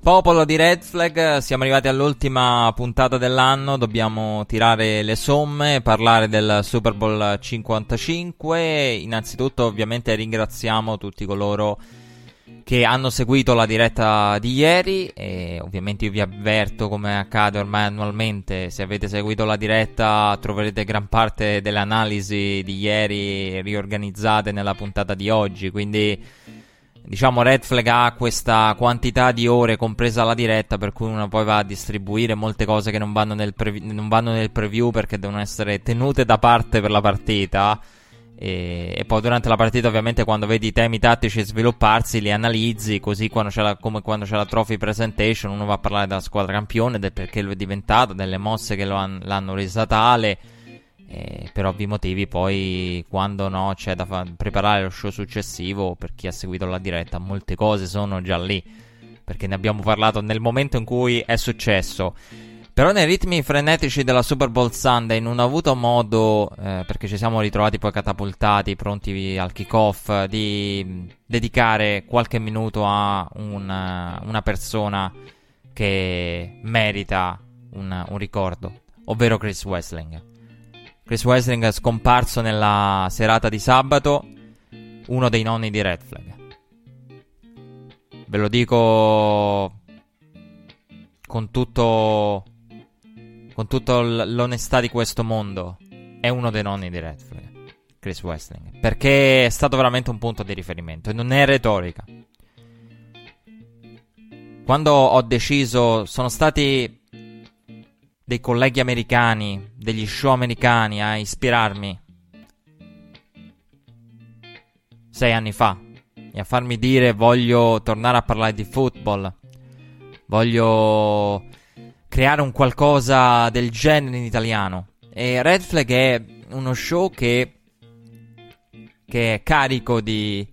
Popolo di Red Flag, siamo arrivati all'ultima puntata dell'anno, dobbiamo tirare le somme, parlare del Super Bowl 55. Innanzitutto ovviamente ringraziamo tutti coloro che hanno seguito la diretta di ieri e ovviamente io vi avverto, come accade ormai annualmente, se avete seguito la diretta troverete gran parte delle analisi di ieri riorganizzate nella puntata di oggi, quindi diciamo Red Flag ha questa quantità di ore compresa la diretta, per cui uno poi va a distribuire molte cose che non vanno nel preview perché devono essere tenute da parte per la partita. E poi durante la partita ovviamente quando vedi i temi tattici svilupparsi li analizzi, così come quando c'è la trophy presentation uno va a parlare della squadra campione, del perché lo è diventato, delle mosse che l'hanno resa tale. Per ovvi motivi poi quando no c'è da preparare lo show successivo, per chi ha seguito la diretta molte cose sono già lì perché ne abbiamo parlato nel momento in cui è successo. Però nei ritmi frenetici della Super Bowl Sunday non ho avuto modo, perché ci siamo ritrovati poi catapultati, pronti al kickoff, di dedicare qualche minuto a una persona che merita un ricordo, ovvero Chris Wesseling. Chris Wesseling è scomparso nella serata di sabato, uno dei nonni di Red Flag. Ve lo dico con tutta l'onestà di questo mondo, è uno dei nonni di Red Flag, Chris Wesseling, perché è stato veramente un punto di riferimento e non è retorica. Quando ho deciso, sono stati dei colleghi americani, degli show americani a ispirarmi 6 anni fa e a farmi dire voglio tornare a parlare di football, voglio creare un qualcosa del genere in italiano. E Red Flag è uno show che è carico di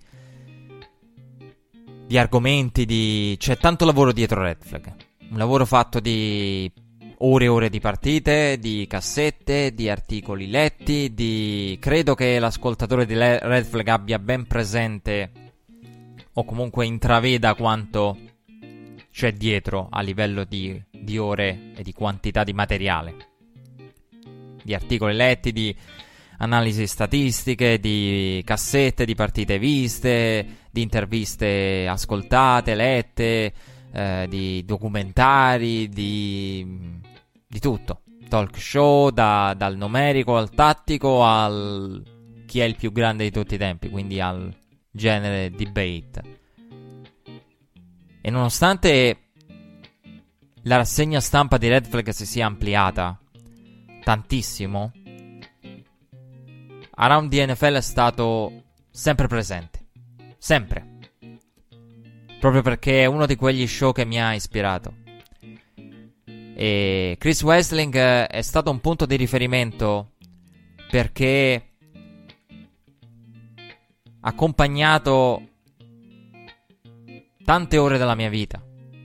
argomenti, c'è tanto lavoro dietro Red Flag, un lavoro fatto di ore e ore di partite, di cassette, di articoli letti, credo che l'ascoltatore di Red Flag abbia ben presente o comunque intraveda quanto c'è dietro a livello di ore e di quantità di materiale, di articoli letti, di analisi statistiche, di cassette, di partite viste, di interviste ascoltate, lette, di documentari, di tutto, talk show, dal numerico al tattico al chi è il più grande di tutti i tempi, quindi al genere debate. E nonostante la rassegna stampa di Red Flag si sia ampliata tantissimo, Around the NFL è stato sempre presente, sempre, proprio perché è uno di quegli show che mi ha ispirato. E Chris Wesseling è stato un punto di riferimento perché ha accompagnato tante ore della mia vita.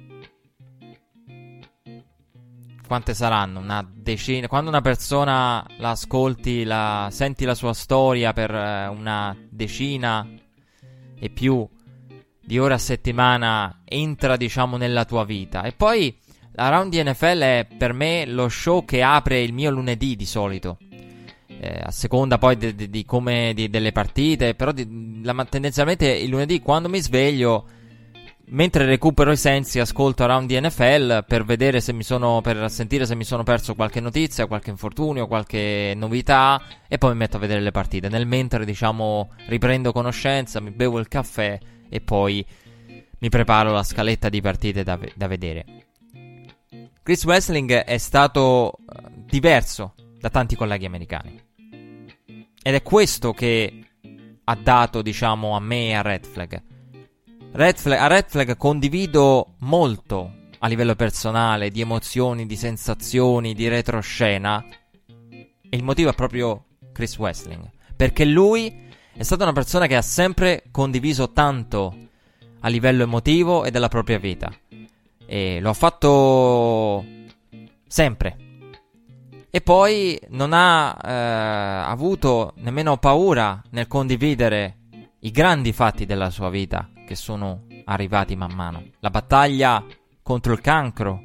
Quante saranno? Una decina. Quando una persona la ascolti, senti la sua storia per una decina e più di ore a settimana, entra diciamo nella tua vita. E poi Around the NFL è per me lo show che apre il mio lunedì di solito, a seconda poi di come delle partite, però tendenzialmente il lunedì quando mi sveglio, mentre recupero i sensi, ascolto Around the NFL per vedere per sentire se mi sono perso qualche notizia, qualche infortunio, qualche novità, e poi mi metto a vedere le partite. Nel mentre diciamo riprendo conoscenza, mi bevo il caffè e poi mi preparo la scaletta di partite da vedere. Chris Wesseling è stato diverso da tanti colleghi americani ed è questo che ha dato diciamo a me e a Red Flag. A Red Flag condivido molto a livello personale, di emozioni, di sensazioni, di retroscena, e il motivo è proprio Chris Wesseling, perché lui è stata una persona che ha sempre condiviso tanto a livello emotivo e della propria vita, e lo ha fatto sempre, e poi non ha avuto nemmeno paura nel condividere i grandi fatti della sua vita che sono arrivati man mano. La battaglia contro il cancro,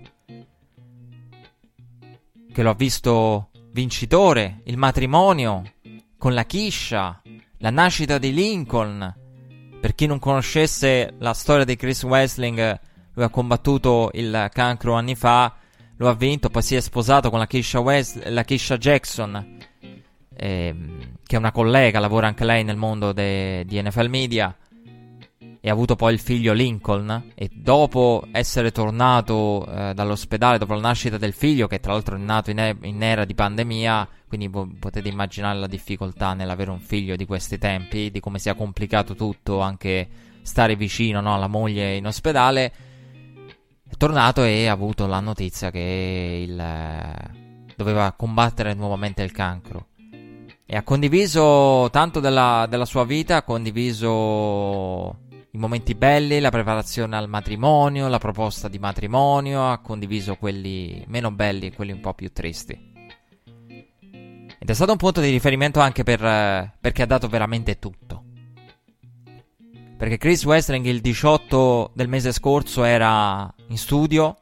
che lo ha visto vincitore, il matrimonio con la Keisha, la nascita di Lincoln. Per chi non conoscesse la storia di Chris Wesling, lui ha combattuto il cancro anni fa, lo ha vinto, poi si è sposato con la Keisha Jackson, che è una collega, lavora anche lei nel mondo di NFL Media, e ha avuto poi il figlio Lincoln. E dopo essere tornato dall'ospedale, dopo la nascita del figlio, che tra l'altro è nato in era di pandemia, quindi potete immaginare la difficoltà nell'avere un figlio di questi tempi, di come sia complicato tutto, anche stare vicino, no, alla moglie in ospedale. È tornato e ha avuto la notizia che doveva combattere nuovamente il cancro. E ha condiviso tanto della sua vita, ha condiviso i momenti belli, la preparazione al matrimonio, la proposta di matrimonio, ha condiviso quelli meno belli e quelli un po' più tristi. Ed è stato un punto di riferimento anche perché ha dato veramente tutto. Perché Chris Wesling il 18 del mese scorso era in studio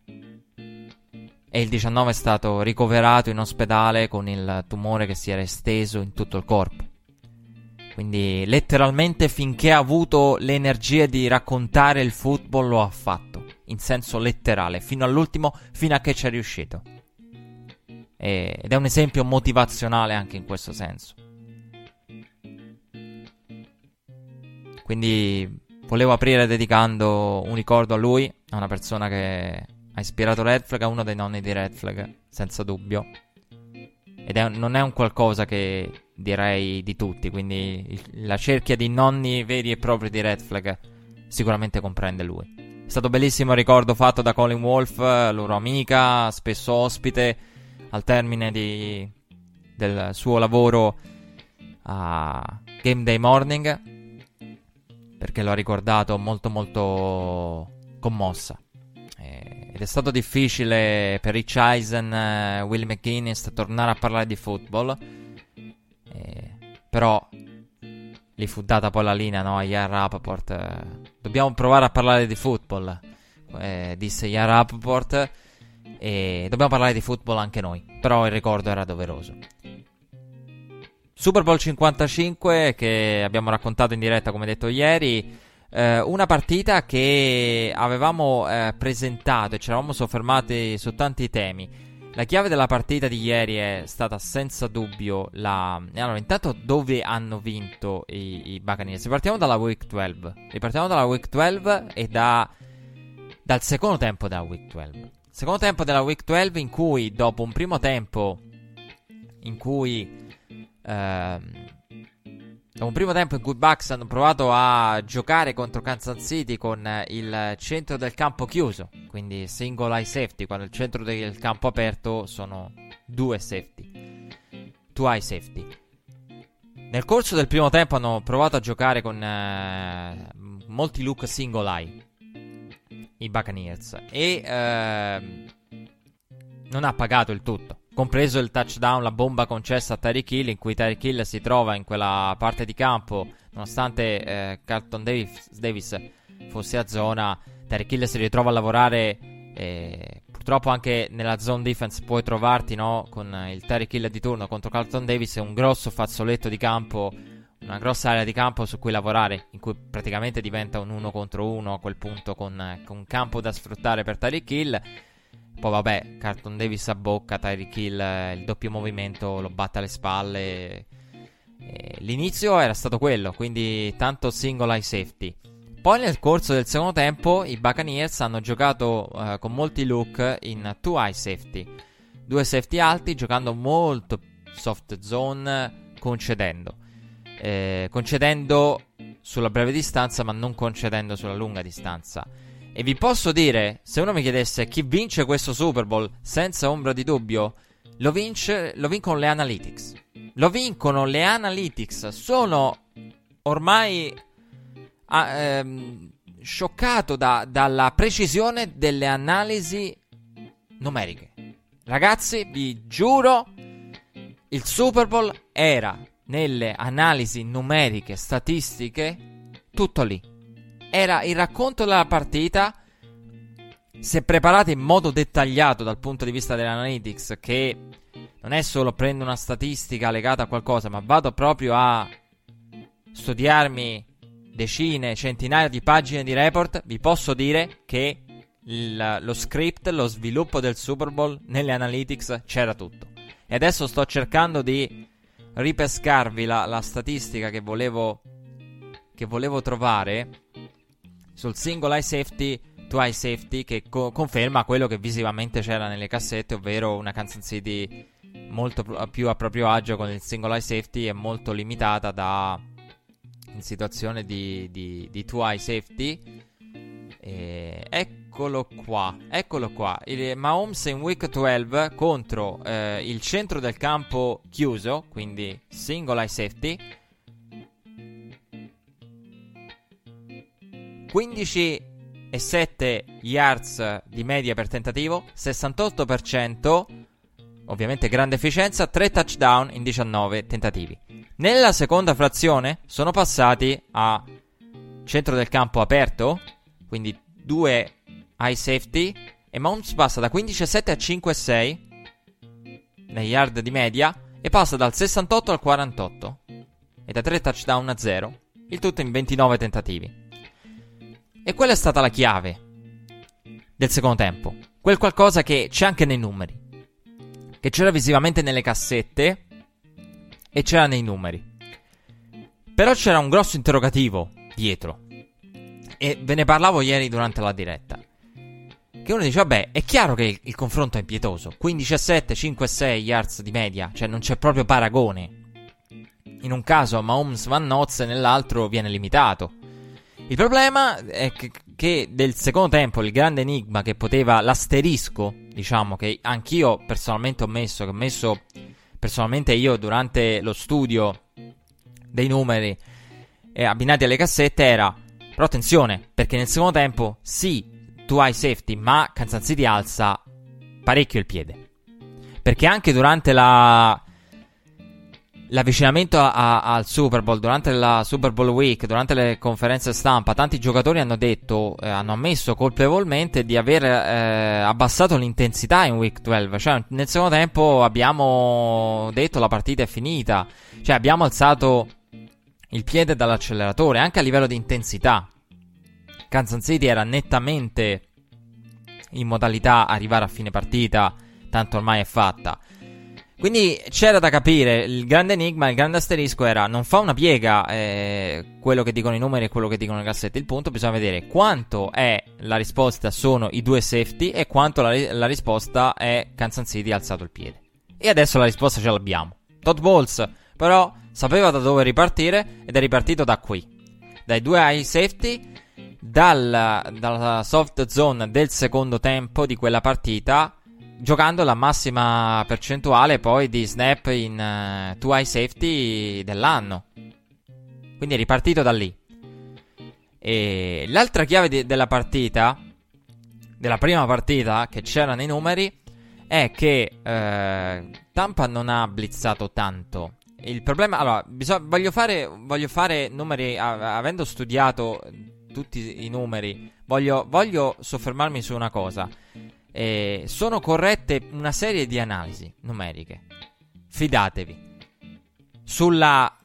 e il 19 è stato ricoverato in ospedale con il tumore che si era esteso in tutto il corpo. Quindi letteralmente finché ha avuto le energie di raccontare il football lo ha fatto, in senso letterale, fino all'ultimo, fino a che ci è riuscito. Ed è un esempio motivazionale anche in questo senso. Quindi volevo aprire dedicando un ricordo a lui, a una persona che ha ispirato Red Flag, a uno dei nonni di Red Flag, senza dubbio. Ed non è un qualcosa che direi di tutti, quindi la cerchia di nonni veri e propri di Red Flag sicuramente comprende lui. È stato bellissimo il ricordo fatto da Colin Wolf, loro amica, spesso ospite, al termine del suo lavoro a Game Day Morning, perché lo ha ricordato molto molto commossa. Ed è stato difficile per Rich Eisen, Will McGuinness tornare a parlare di football, però gli fu data poi la linea, no, a Ian Rapoport. Dobbiamo provare a parlare di football, disse Ian Rapoport, e dobbiamo parlare di football anche noi, però il ricordo era doveroso. Super Bowl 55 che abbiamo raccontato in diretta, come detto ieri, una partita che avevamo presentato e ci eravamo soffermati su tanti temi. La chiave della partita di ieri è stata senza dubbio allora, intanto dove hanno vinto i Buccaneers. Ripartiamo dalla Week 12 e dal secondo tempo della Week 12. Secondo tempo della Week 12 in cui, dopo un primo tempo in cui i Bucks hanno provato a giocare contro Kansas City con il centro del campo chiuso, quindi single high safety, quando il centro del campo aperto sono two high safety. Nel corso del primo tempo hanno provato a giocare con molti look single high i Buccaneers e non ha pagato il tutto, compreso il touchdown, la bomba concessa a Tyreek Hill, in cui Tyreek Hill si trova in quella parte di campo, nonostante Carlton Davis fosse a zona. Tyreek Hill si ritrova a lavorare, purtroppo anche nella zone defense puoi trovarti, no, con il Tyreek Hill di turno contro Carlton Davis, è un grosso fazzoletto di campo, una grossa area di campo su cui lavorare, in cui praticamente diventa un 1 contro 1 a quel punto, con campo da sfruttare per Tyreek Hill. Poi vabbè, Carlton Davis a bocca, Tyreek Hill, il doppio movimento lo batte alle spalle. L'inizio era stato quello, quindi tanto single high safety. Poi nel corso del secondo tempo i Buccaneers hanno giocato con molti look in two high safety, due safety alti, giocando molto soft zone, concedendo sulla breve distanza ma non concedendo sulla lunga distanza. E vi posso dire, se uno mi chiedesse chi vince questo Super Bowl, senza ombra di dubbio, lo vincono le analytics. Lo vincono le analytics. Sono ormai scioccato dalla precisione delle analisi numeriche. Ragazzi, vi giuro, il Super Bowl era nelle analisi numeriche, statistiche, tutto lì. Era il racconto della partita se preparate in modo dettagliato dal punto di vista dell'analytics, che non è solo prendo una statistica legata a qualcosa, ma vado proprio a studiarmi decine, centinaia di pagine di report, vi posso dire che lo script, lo sviluppo del Super Bowl nelle analytics c'era tutto. E adesso sto cercando di ripescarvi la statistica che volevo trovare sul single eye safety to eye safety, che conferma quello che visivamente c'era nelle cassette, ovvero una Kansas City molto più a proprio agio con il single eye safety e molto limitata in situazione di two eye safety. Eccolo qua. Il Mahomes in week 12 contro il centro del campo chiuso, quindi single eye safety, 15,7 yards di media per tentativo, 68%, ovviamente grande efficienza, 3 touchdown in 19 tentativi. Nella seconda frazione sono passati a centro del campo aperto, quindi 2 eye safety, e Mahomes passa da 15,7 a 5,6 nei yard di media e passa dal 68 al 48 e da 3 touchdown a 0, il tutto in 29 tentativi. E quella è stata la chiave del secondo tempo, quel qualcosa che c'è anche nei numeri, che c'era visivamente nelle cassette e c'era nei numeri, però c'era un grosso interrogativo dietro, e ve ne parlavo ieri durante la diretta, che uno dice vabbè, è chiaro che il confronto è impietoso, 15,7, 5,6 yards di media, cioè non c'è proprio paragone. In un caso Mahomes va a nozze, nell'altro viene limitato. Il problema è che del secondo tempo il grande enigma che poteva, l'asterisco, diciamo, che anch'io personalmente ho messo personalmente io durante lo studio dei numeri abbinati alle cassette, era, però attenzione, perché nel secondo tempo sì, tu hai safety, ma Kansas City alza parecchio il piede, perché anche durante l'avvicinamento al Super Bowl, durante la Super Bowl Week, durante le conferenze stampa, tanti giocatori hanno detto, hanno ammesso colpevolmente di aver abbassato l'intensità in Week 12. Cioè nel secondo tempo abbiamo detto la partita è finita, cioè abbiamo alzato il piede dall'acceleratore anche a livello di intensità. Kansas City era nettamente in modalità arrivare a fine partita, tanto ormai è fatta. Quindi c'era da capire, il grande enigma, il grande asterisco era, non fa una piega quello che dicono i numeri e quello che dicono le cassette. Il punto, bisogna vedere quanto è la risposta sono i due safety e quanto la risposta è Kansas City ha alzato il piede. E adesso la risposta ce l'abbiamo. Todd Bowles però sapeva da dove ripartire ed è ripartito da qui, dai due high safety, dalla soft zone del secondo tempo di quella partita, giocando la massima percentuale poi di snap in two high safety dell'anno. Quindi è ripartito da lì. E l'altra chiave della partita, della prima partita che c'era nei numeri, è che Tampa non ha blitzato tanto. Il problema, allora, voglio fare numeri, avendo studiato tutti i numeri, voglio soffermarmi su una cosa. Sono corrette una serie di analisi numeriche. Fidatevi sulla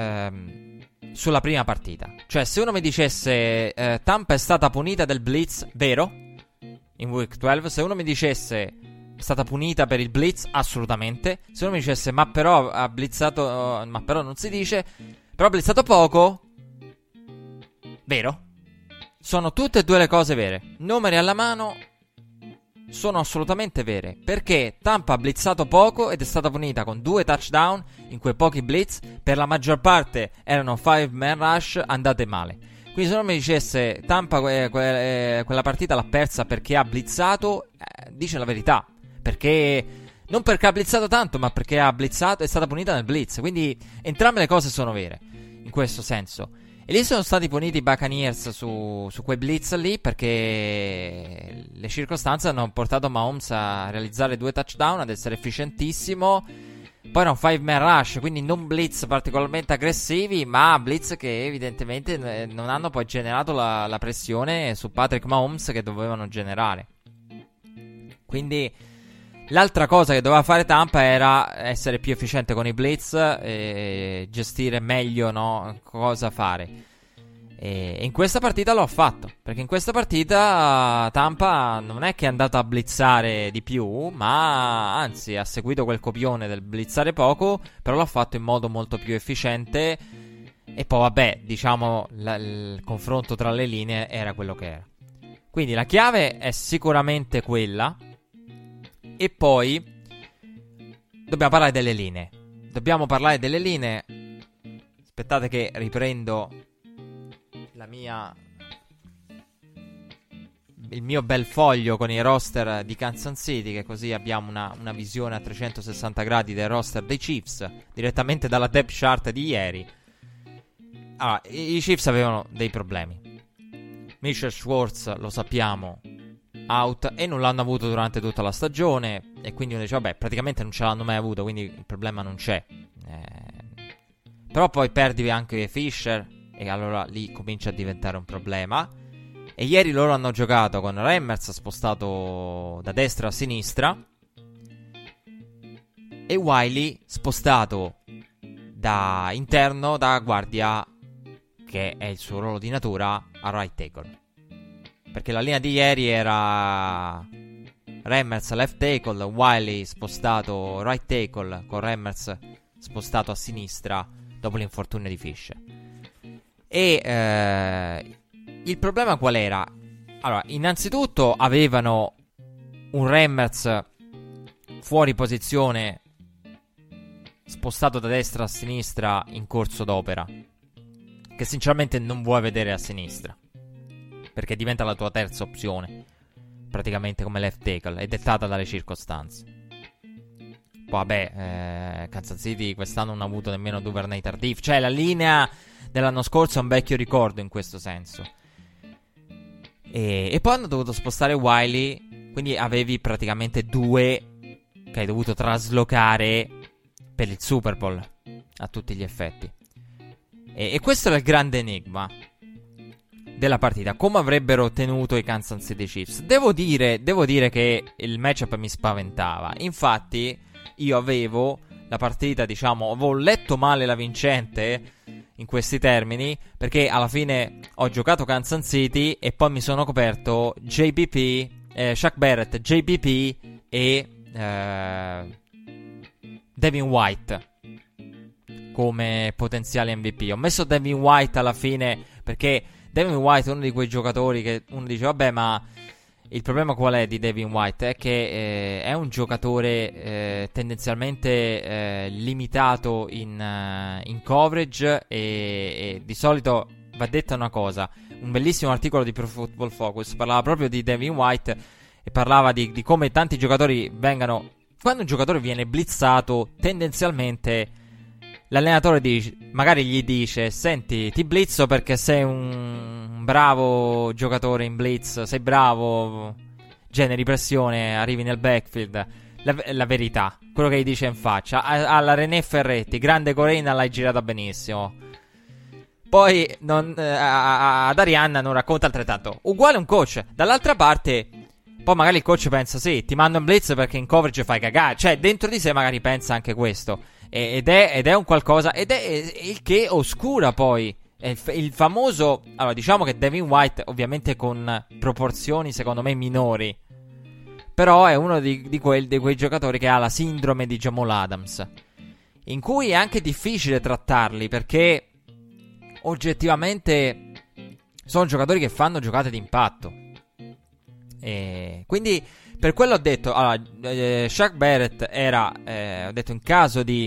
prima partita. Cioè, se uno mi dicesse Tampa è stata punita del blitz, vero? In week 12. Se uno mi dicesse è stata punita per il blitz, assolutamente. Se uno mi dicesse ma però ha blitzato, ma però non si dice, però ha blitzato poco, vero? Sono tutte e due le cose vere. Numeri alla mano, sono assolutamente vere, perché Tampa ha blitzato poco ed è stata punita con 2 touchdown in quei pochi blitz. Per la maggior parte erano 5-man rush andate male. Quindi se non mi dicesse Tampa quella partita l'ha persa perché ha blitzato, dice la verità, perché non perché ha blitzato tanto, ma perché ha blitzato, è stata punita nel blitz. Quindi entrambe le cose sono vere in questo senso. E lì sono stati puniti i Buccaneers su quei blitz lì, perché le circostanze hanno portato Mahomes a realizzare 2 touchdown, ad essere efficientissimo. Poi era un 5-man rush, quindi non blitz particolarmente aggressivi, ma blitz che evidentemente non hanno poi generato la pressione su Patrick Mahomes che dovevano generare. Quindi l'altra cosa che doveva fare Tampa era essere più efficiente con i blitz e gestire meglio, no, cosa fare. E in questa partita l'ho fatto, perché in questa partita Tampa non è che è andata a blitzare di più, ma anzi ha seguito quel copione del blitzare poco, però l'ha fatto in modo molto più efficiente. E poi vabbè, diciamo, il confronto tra le linee era quello che era. Quindi la chiave è sicuramente quella. E poi dobbiamo parlare delle linee. Aspettate che riprendo il mio bel foglio con i roster di Kansas City, che così abbiamo una visione a 360 gradi del roster dei Chiefs, direttamente dalla depth chart di ieri. Allora, i Chiefs avevano dei problemi. Mitchell Schwartz, lo sappiamo, out, e non l'hanno avuto durante tutta la stagione. E quindi uno dice, vabbè, praticamente non ce l'hanno mai avuto, quindi il problema non c'è. Però poi perdi anche Fisher, e allora lì comincia a diventare un problema. E ieri loro hanno giocato con Remmers spostato da destra a sinistra e Wiley spostato da interno, da guardia, che è il suo ruolo di natura, a right tackle. Perché la linea di ieri era Remmers left tackle, Wiley spostato right tackle, con Remmers spostato a sinistra dopo l'infortunio di Fisher. E il problema qual era? Allora, innanzitutto avevano un Remmers fuori posizione, spostato da destra a sinistra in corso d'opera, che sinceramente non vuoi vedere a sinistra, perché diventa la tua terza opzione, praticamente come left tackle, è dettata dalle circostanze. Poi vabbè, Kansas City quest'anno non ha avuto nemmeno Duvernay Tardif, cioè la linea dell'anno scorso è un vecchio ricordo in questo senso. E poi hanno dovuto spostare Wiley, quindi avevi praticamente due che hai dovuto traslocare per il Super Bowl a tutti gli effetti. E questo era il grande enigma della partita. Come avrebbero tenuto i Kansas City Chiefs? Devo dire che il matchup mi spaventava. Infatti io avevo la partita, diciamo, avevo letto male la vincente in questi termini, perché alla fine ho giocato Kansas City e poi mi sono coperto Shaq Barrett, JPP e Devin White come potenziale MVP. Ho messo Devin White alla fine perché Devin White è uno di quei giocatori che uno dice vabbè, ma il problema qual è di Devin White? È che è un giocatore tendenzialmente limitato in coverage e di solito va detta una cosa. Un bellissimo articolo di Pro Football Focus parlava proprio di Devin White e parlava di come tanti giocatori vengano... Quando un giocatore viene blitzato, tendenzialmente l'allenatore magari gli dice: senti, ti blitzo perché sei un bravo giocatore in blitz, sei bravo, generi pressione, arrivi nel backfield. La verità, quello che gli dice in faccia. Alla René Ferretti, grande Corena, l'hai girata benissimo. Poi ad Arianna non racconta altrettanto. Uguale un coach. Dall'altra parte, poi magari il coach pensa: sì, ti mando in blitz perché in coverage fai cagare. Cioè, dentro di sé magari pensa anche questo. Ed è un qualcosa. Ed è il che oscura poi il famoso. Allora, diciamo che Devin White, ovviamente con proporzioni secondo me minori, però è uno di quei giocatori che ha la sindrome di Jamal Adams, in cui è anche difficile trattarli, perché oggettivamente sono giocatori che fanno giocate d'impatto. E quindi per quello ho detto, allora, Shaq Barrett era, ho detto, in caso di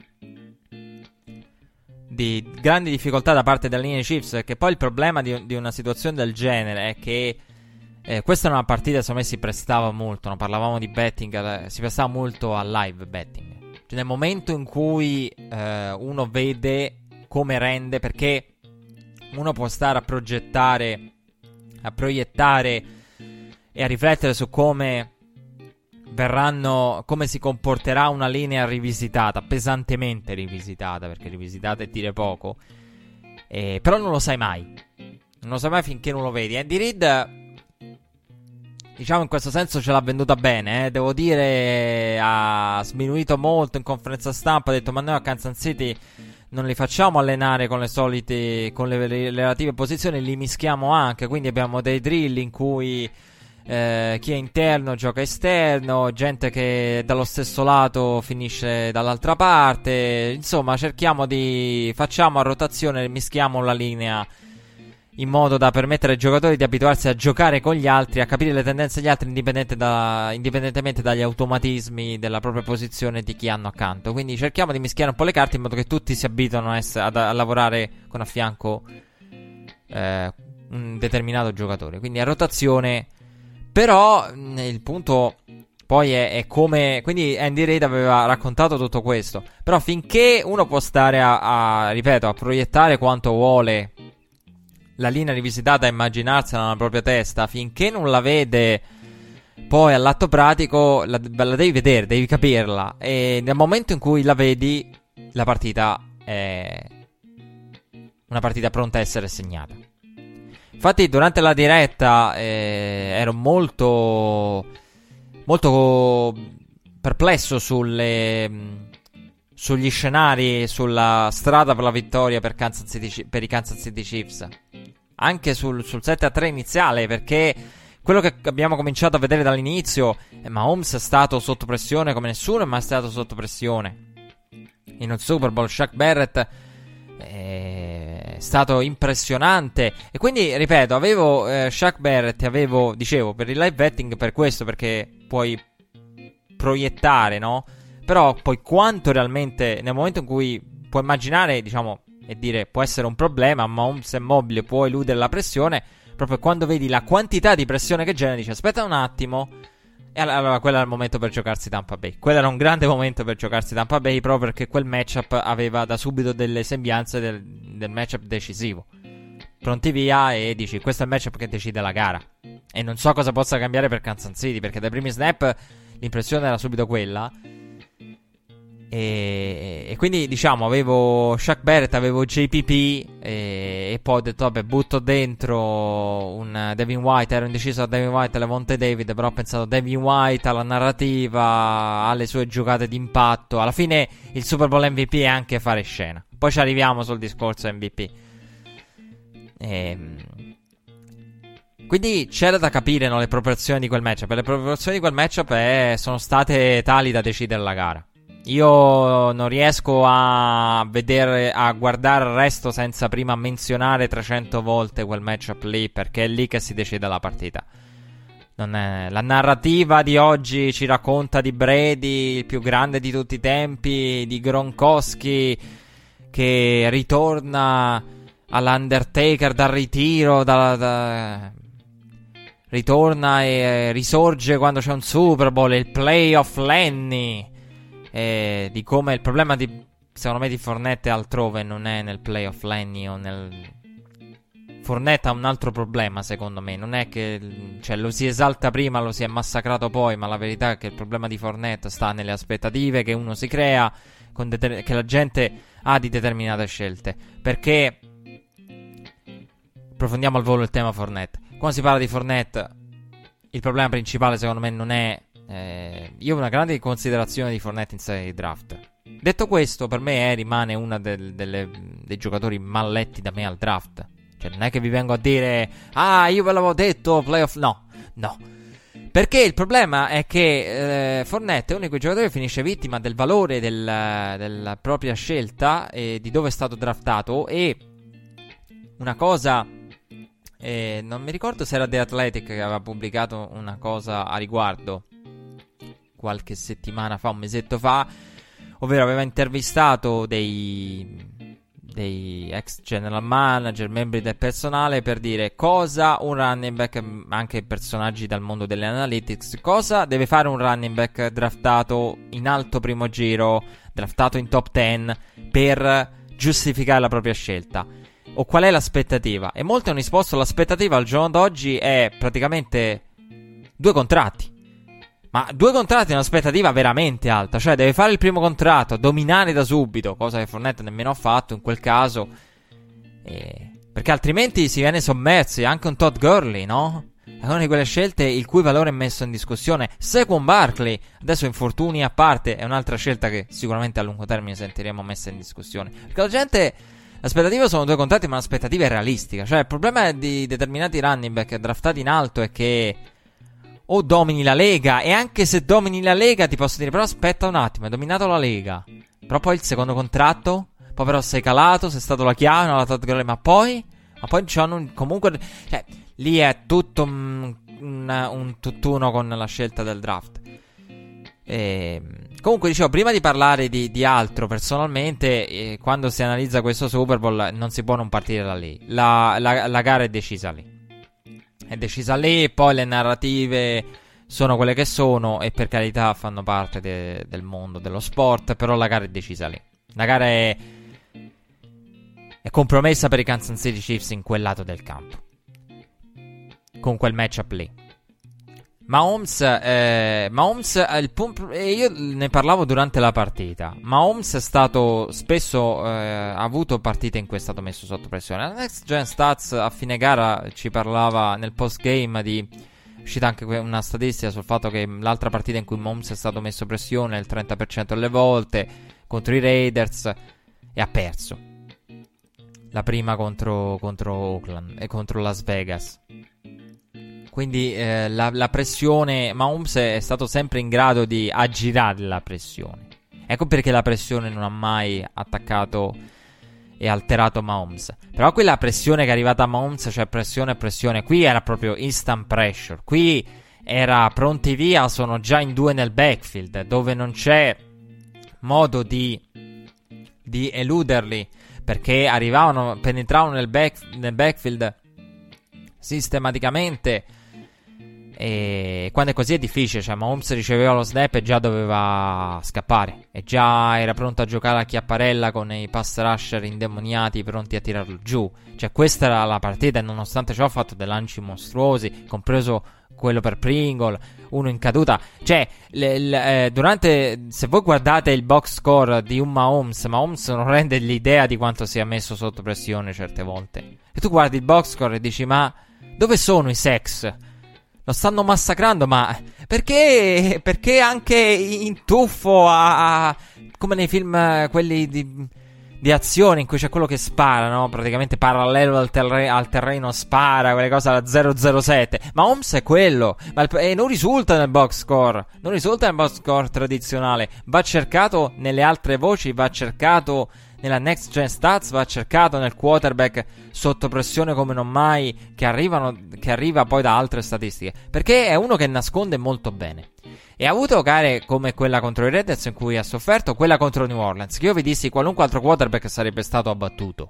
grandi difficoltà da parte della linea Chiefs, perché poi il problema di una situazione del genere è che questa è una partita, secondo me, si prestava molto, no? Parlavamo di betting, si prestava molto al live betting, cioè nel momento in cui uno vede come rende, perché uno può stare a proiettare e a riflettere su come si comporterà una linea rivisitata, pesantemente rivisitata, perché rivisitata è dire poco, però non lo sai mai finché non lo vedi. Andy Reid diciamo in questo senso ce l'ha venduta bene, devo dire, ha sminuito molto in conferenza stampa, ha detto ma noi a Kansas City non li facciamo allenare con le solite, con le relative posizioni, li mischiamo anche, quindi abbiamo dei drill in cui chi è interno gioca esterno, gente che dallo stesso lato finisce dall'altra parte, insomma facciamo a rotazione, mischiamo la linea in modo da permettere ai giocatori di abituarsi a giocare con gli altri, a capire le tendenze degli altri indipendentemente dagli automatismi della propria posizione e di chi hanno accanto. Quindi cerchiamo di mischiare un po' le carte in modo che tutti si abituino a lavorare con a fianco un determinato giocatore. Quindi a rotazione. Però il punto poi è come... Quindi Andy Reid aveva raccontato tutto questo. Però finché uno può stare ripeto, a proiettare quanto vuole la linea rivisitata, a immaginarsela nella propria testa, finché non la vede poi all'atto pratico, la devi vedere, devi capirla. E nel momento in cui la vedi, la partita è una partita pronta a essere segnata. Infatti durante la diretta ero molto perplesso sugli scenari, sulla strada per la vittoria per i Kansas City Chiefs, anche sul 7-3 iniziale, perché quello che abbiamo cominciato a vedere dall'inizio, Mahomes è stato sotto pressione come nessuno è mai stato sotto pressione in un Super Bowl. Shaq Barrett è stato impressionante, e quindi ripeto, avevo Shaq Barrett, dicevo per il live betting, per questo, perché puoi proiettare, no? Però poi quanto realmente, nel momento in cui puoi immaginare, diciamo, e dire può essere un problema, ma Mahomes è mobile, può eludere la pressione, proprio quando vedi la quantità di pressione che genera, dici aspetta un attimo, e allora quello era il momento per giocarsi Tampa Bay. Quello era un grande momento per giocarsi Tampa Bay, proprio perché quel matchup aveva da subito delle sembianze del matchup decisivo. Pronti via, e dici questo è il matchup che decide la gara. E non so cosa possa cambiare per Kansas City, perché dai primi snap l'impressione era subito quella. E quindi diciamo avevo Shaq Barrett, avevo JPP, e poi ho detto vabbè, butto dentro un Devin White. Ero indeciso a Devin White e Lavonte David, però ho pensato Devin White alla narrativa, alle sue giocate d'impatto. Alla fine il Super Bowl MVP è anche fare scena. Poi ci arriviamo sul discorso MVP. Quindi c'era da capire, no, le proporzioni di quel matchup. Le proporzioni di quel matchup sono state tali da decidere la gara. Io non riesco a guardare il resto senza prima menzionare 300 volte quel matchup lì, perché è lì che si decide la partita. La narrativa di oggi ci racconta di Brady, il più grande di tutti i tempi, di Gronkowski che ritorna all'Undertaker dal ritiro, ritorna e risorge quando c'è un Super Bowl, il playoff Lenny. Di come il problema secondo me di Fournette è altrove, non è nel playoff Lenny o Fournette ha un altro problema, secondo me. Non è che lo si esalta prima, lo si è massacrato poi, ma la verità è che il problema di Fournette sta nelle aspettative che uno si crea, che la gente ha di determinate scelte. Perché approfondiamo al volo il tema Fournette. Quando si parla di Fournette, il problema principale secondo me non è... io ho una grande considerazione di Fournette in serie di draft. Detto questo, per me rimane uno dei giocatori mal letti da me al draft. Cioè non è che vi vengo a dire io ve l'avevo detto playoff. No. Perché il problema è che Fournette è uno di quei giocatori che finisce vittima del valore della propria scelta e di dove è stato draftato. E una cosa, non mi ricordo se era The Athletic che aveva pubblicato una cosa a riguardo qualche settimana fa, un mesetto fa, ovvero aveva intervistato dei ex general manager, membri del personale, per dire cosa un running back, anche personaggi dal mondo delle analytics, cosa deve fare un running back draftato in alto primo giro, draftato in top 10, per giustificare la propria scelta, o qual è l'aspettativa. E molti hanno risposto: l'aspettativa al giorno d'oggi è praticamente 2 contratti. Ma 2 contratti è un'aspettativa veramente alta. Cioè deve fare il primo contratto, dominare da subito, cosa che Fournette nemmeno ha fatto in quel caso, perché altrimenti si viene sommersi. Anche un Todd Gurley, no? È una di quelle scelte il cui valore è messo in discussione. Saquon Barkley, adesso infortuni a parte, è un'altra scelta che sicuramente a lungo termine sentiremo messa in discussione. Perché la gente, l'aspettativa sono 2 contratti, ma l'aspettativa è realistica. Cioè il problema di determinati running back draftati in alto è che o domini la Lega, e anche se domini la Lega ti posso dire, però aspetta un attimo, hai dominato la Lega, però poi il secondo contratto, poi però sei calato, sei stato la chiave, non la Todd Gurley, ma poi c'hanno comunque, cioè lì è tutto un tutt'uno con la scelta del draft. Comunque dicevo, prima di parlare di altro, personalmente, quando si analizza questo Super Bowl non si può non partire da lì. La gara è decisa lì. È decisa lì, poi le narrative sono quelle che sono e per carità fanno parte del mondo dello sport, però la gara è decisa lì. La gara è compromessa per i Kansas City Chiefs in quel lato del campo, con quel matchup lì. Mahomes, io ne parlavo durante la partita. Mahomes è stato spesso, ha avuto partite in cui è stato messo sotto pressione. La Next Gen Stats a fine gara ci parlava nel post game è uscita anche una statistica sul fatto che l'altra partita in cui Mahomes è stato messo pressione il 30% delle volte contro i Raiders, e ha perso. La prima contro Oakland e contro Las Vegas. Quindi la pressione, Mahomes è stato sempre in grado di aggirare la pressione. Ecco perché la pressione non ha mai attaccato e alterato Mahomes. Però quella pressione che è arrivata a Mahomes, cioè pressione, qui era proprio instant pressure. Qui era pronti via, sono già in 2 nel backfield, dove non c'è modo di eluderli, perché penetravano nel backfield sistematicamente. E quando è così è difficile, cioè Mahomes riceveva lo snap e già doveva scappare, e già era pronto a giocare a chiapparella con i pass rusher indemoniati pronti a tirarlo giù. Cioè questa era la partita, e nonostante ciò ha fatto dei lanci mostruosi, compreso quello per Pringle, uno in caduta. Cioè se voi guardate il box score di un Mahomes non rende l'idea di quanto sia messo sotto pressione certe volte. E tu guardi il box score e dici: ma dove sono i sacks? Lo stanno massacrando, ma perché anche in tuffo come nei film quelli di azione in cui c'è quello che spara, no? Praticamente parallelo al terreno spara, quelle cose alla 007. Ma Holmes è quello, e non risulta nel box score, non risulta nel box score tradizionale. Va cercato nelle altre voci, va cercato nella Next Gen Stats, va cercato nel quarterback sotto pressione come non mai, che arriva poi da altre statistiche, perché è uno che nasconde molto bene. E ha avuto gare come quella contro i Raiders in cui ha sofferto, quella contro New Orleans, che io vi dissi qualunque altro quarterback sarebbe stato abbattuto.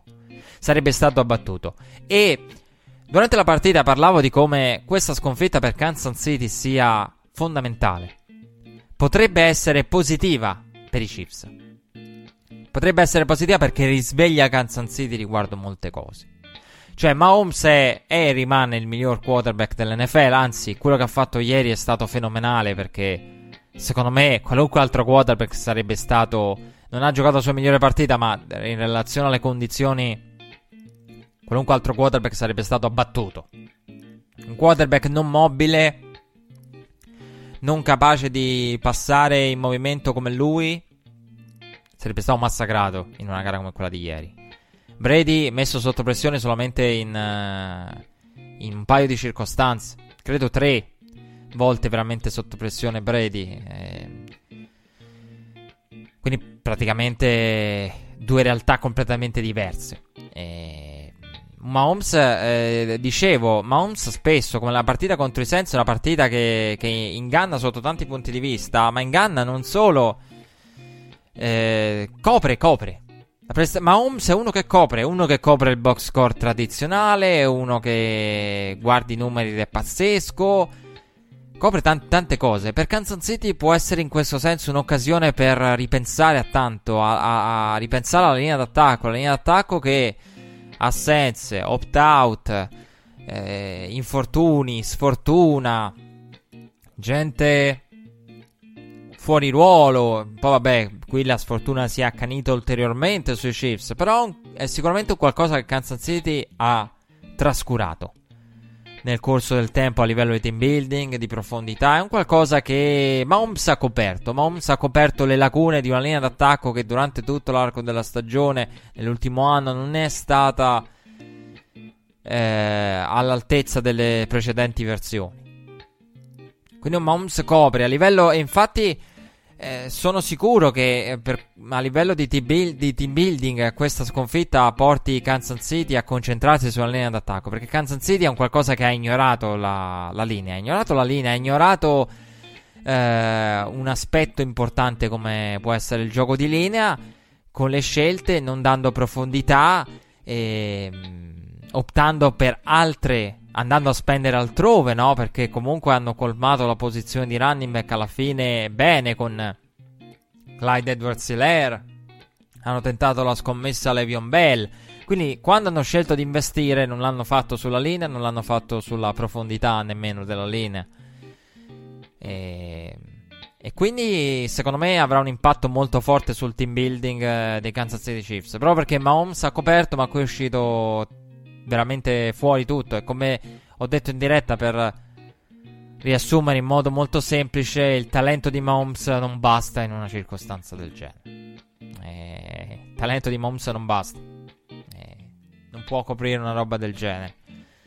E durante la partita parlavo di come questa sconfitta per Kansas City sia fondamentale. Potrebbe essere positiva per i Chiefs. Potrebbe essere positiva perché risveglia Kansas City riguardo molte cose. Cioè Mahomes è e rimane il miglior quarterback dell'NFL. Anzi, quello che ha fatto ieri è stato fenomenale, perché secondo me qualunque altro quarterback sarebbe stato, non ha giocato la sua migliore partita, ma in relazione alle condizioni qualunque altro quarterback sarebbe stato abbattuto. Un quarterback non mobile, non capace di passare in movimento come lui, sarebbe stato massacrato in una gara come quella di ieri. Brady messo sotto pressione solamente in un paio di circostanze, credo 3 volte veramente sotto pressione Brady, quindi praticamente 2 realtà completamente diverse. Mahomes, Mahomes spesso, come la partita contro i Saints, è una partita che inganna sotto tanti punti di vista, ma inganna non solo, copre. Mahomes è uno che copre il box score tradizionale, è uno che guardi i numeri ed è pazzesco, copre tante cose. Per Kansas City può essere in questo senso un'occasione per ripensare a tanto, a ripensare alla linea d'attacco che assenze, opt-out, infortuni, sfortuna, gente fuori ruolo. Poi vabbè, qui la sfortuna si è accanita ulteriormente sui Chiefs, però è sicuramente qualcosa che Kansas City ha trascurato. nel corso del tempo a livello di team building, di profondità. È un qualcosa che Mahomes ha coperto. Mahomes ha coperto le lacune di una linea d'attacco che durante tutto l'arco della stagione, nell'ultimo anno, non è stata all'altezza delle precedenti versioni. Quindi un Mahomes copre a livello, e infatti sono sicuro che a livello di team building questa sconfitta porti Kansas City a concentrarsi sulla linea d'attacco, perché Kansas City è un qualcosa che ha ignorato la linea, ha ignorato un aspetto importante come può essere il gioco di linea, con le scelte, non dando profondità, optando per altre, andando a spendere altrove, no? Perché comunque hanno colmato la posizione di running back alla fine bene con Clyde Edwards-Helaire, hanno tentato la scommessa Le'Veon Bell. Quindi quando hanno scelto di investire non l'hanno fatto sulla linea, non l'hanno fatto sulla profondità nemmeno della linea, e quindi secondo me avrà un impatto molto forte sul team building dei Kansas City Chiefs, proprio perché Mahomes ha coperto, ma qui è uscito veramente fuori tutto. E come ho detto in diretta, per riassumere in modo molto semplice, il talento di Mahomes non basta in una circostanza del genere. Il talento di Mahomes non basta, non può coprire una roba del genere.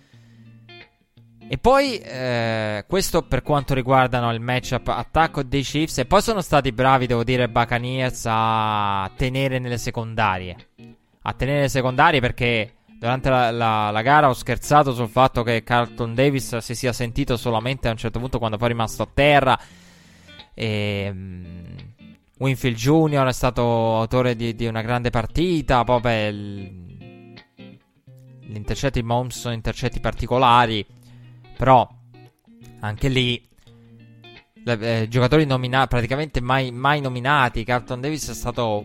E poi questo per quanto riguardano il matchup attacco dei Chiefs. E poi sono stati bravi, devo dire, Buccaneers a tenere nelle secondarie, perché durante la gara ho scherzato sul fatto che Carlton Davis si sia sentito solamente a un certo punto quando poi è rimasto a terra. Winfield Jr. è stato autore di una grande partita. Poi gli intercetti di Mahomes sono intercetti particolari, però anche lì giocatori praticamente mai nominati. Carlton Davis è stato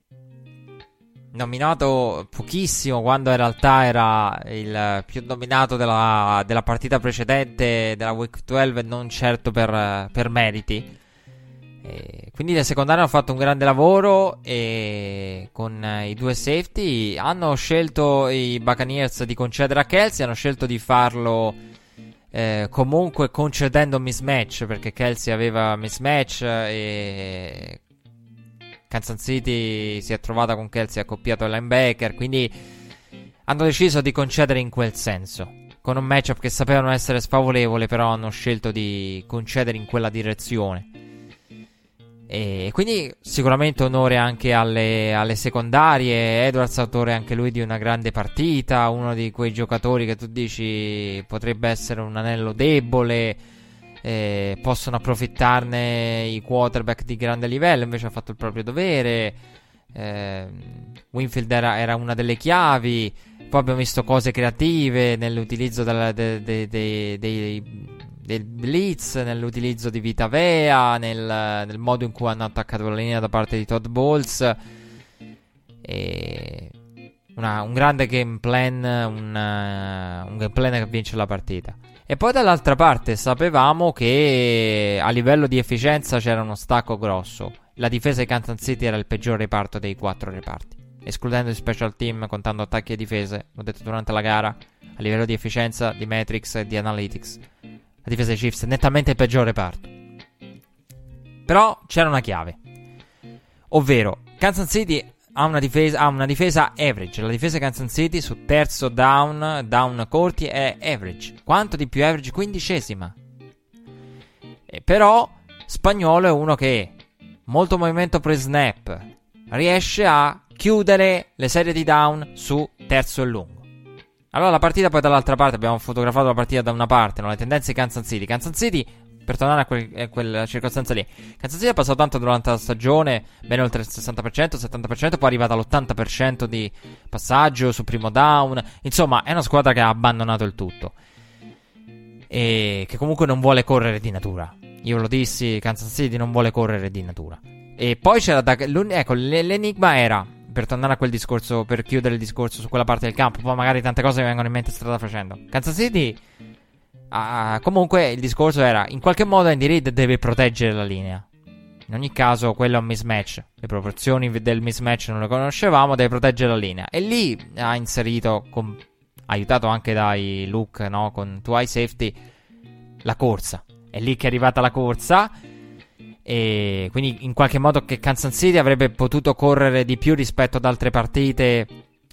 nominato pochissimo, quando in realtà era il più nominato della partita precedente, della Week 12, e non certo per meriti. Quindi le secondarie hanno fatto un grande lavoro, e con i due safety hanno scelto i Buccaneers di concedere a Kelce, hanno scelto di farlo comunque concedendo mismatch, perché Kelce aveva mismatch e Kansas City si è trovata con Kelce accoppiato ai linebacker, quindi hanno deciso di concedere in quel senso, con un matchup che sapevano essere sfavorevole, però hanno scelto di concedere in quella direzione. E quindi sicuramente onore anche alle secondarie. Edwards, autore anche lui di una grande partita, uno di quei giocatori che tu dici potrebbe essere un anello debole, possono approfittarne i quarterback di grande livello, invece ha fatto il proprio dovere. Winfield era una delle chiavi. Poi abbiamo visto cose creative nell'utilizzo del blitz, nell'utilizzo di Vita Vea, nel modo in cui hanno attaccato la linea da parte di Todd Bowles. Un grande game plan, un game plan che vince la partita. E poi dall'altra parte sapevamo che a livello di efficienza c'era uno stacco grosso. La difesa di Kansas City era il peggior reparto dei 4 reparti, escludendo i special team, contando attacchi e difese. L'ho detto durante la gara, a livello di efficienza, di metrics e di analytics, la difesa dei Chiefs è nettamente il peggior reparto. Però c'era una chiave, ovvero Kansas City ha una difesa average. La difesa di Kansas City su terzo down corti è average. Quanto di più average? 15ª. Però Spagnuolo è uno che molto movimento pre-snap, riesce a chiudere le serie di down su terzo e lungo. Allora la partita poi dall'altra parte, abbiamo fotografato la partita da una parte, no? Le tendenze di Kansas City, per tornare a quella circostanza lì, Kansas City ha passato tanto durante la stagione, bene oltre il 60%, 70%, poi è arrivata all'80% di passaggio su primo down. Insomma, è una squadra che ha abbandonato il tutto e che comunque non vuole correre di natura. Io lo dissi, Kansas City non vuole correre di natura. E poi c'era ecco, l'enigma era, per tornare a quel discorso, per chiudere il discorso su quella parte del campo, poi magari tante cose mi vengono in mente strada facendo. Kansas City comunque il discorso era, in qualche modo Andy Reid deve proteggere la linea. In ogni caso quello è un mismatch, le proporzioni del mismatch non le conoscevamo, deve proteggere la linea, e lì ha inserito aiutato anche dai look, no, con two high safety, la corsa. È lì che è arrivata la corsa, e quindi in qualche modo che Kansas City avrebbe potuto correre di più rispetto ad altre partite,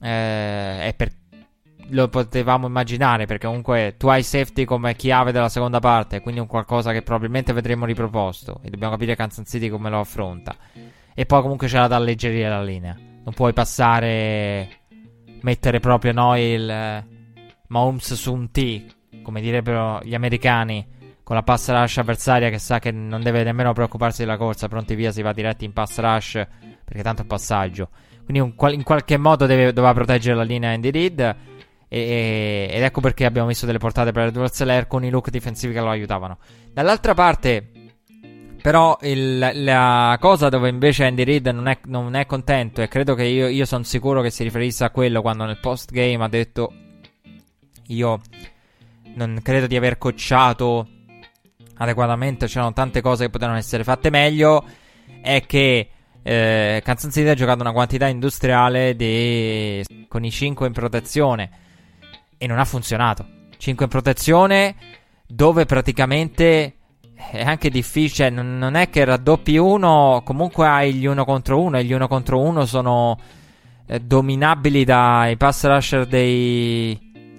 lo potevamo immaginare, perché comunque two high safety come chiave della seconda parte, quindi un qualcosa che probabilmente vedremo riproposto, e dobbiamo capire Kansas City come lo affronta. E poi comunque c'era da alleggerire la linea, non puoi mettere proprio il Mahomes su un T, come direbbero gli americani, con la pass rush avversaria che sa che non deve nemmeno preoccuparsi della corsa, pronti via, si va diretti in pass rush, perché tanto è passaggio. Quindi in qualche modo doveva proteggere la linea Andy Reid, ed ecco perché abbiamo visto delle portate per Edwards Helaire con i look difensivi che lo aiutavano. Dall'altra parte però la cosa dove invece Andy Reid non è contento, e credo che io sono sicuro che si riferisse a quello quando nel post game ha detto: io non credo di aver coachato adeguatamente, c'erano tante cose che potevano essere fatte meglio, è che Kansas City ha giocato una quantità industriale con i 5 in protezione e non ha funzionato. 5 in protezione dove praticamente è anche difficile, non è che raddoppi uno, comunque hai gli 1 contro 1, e gli 1 contro 1 sono dominabili dai pass rusher dei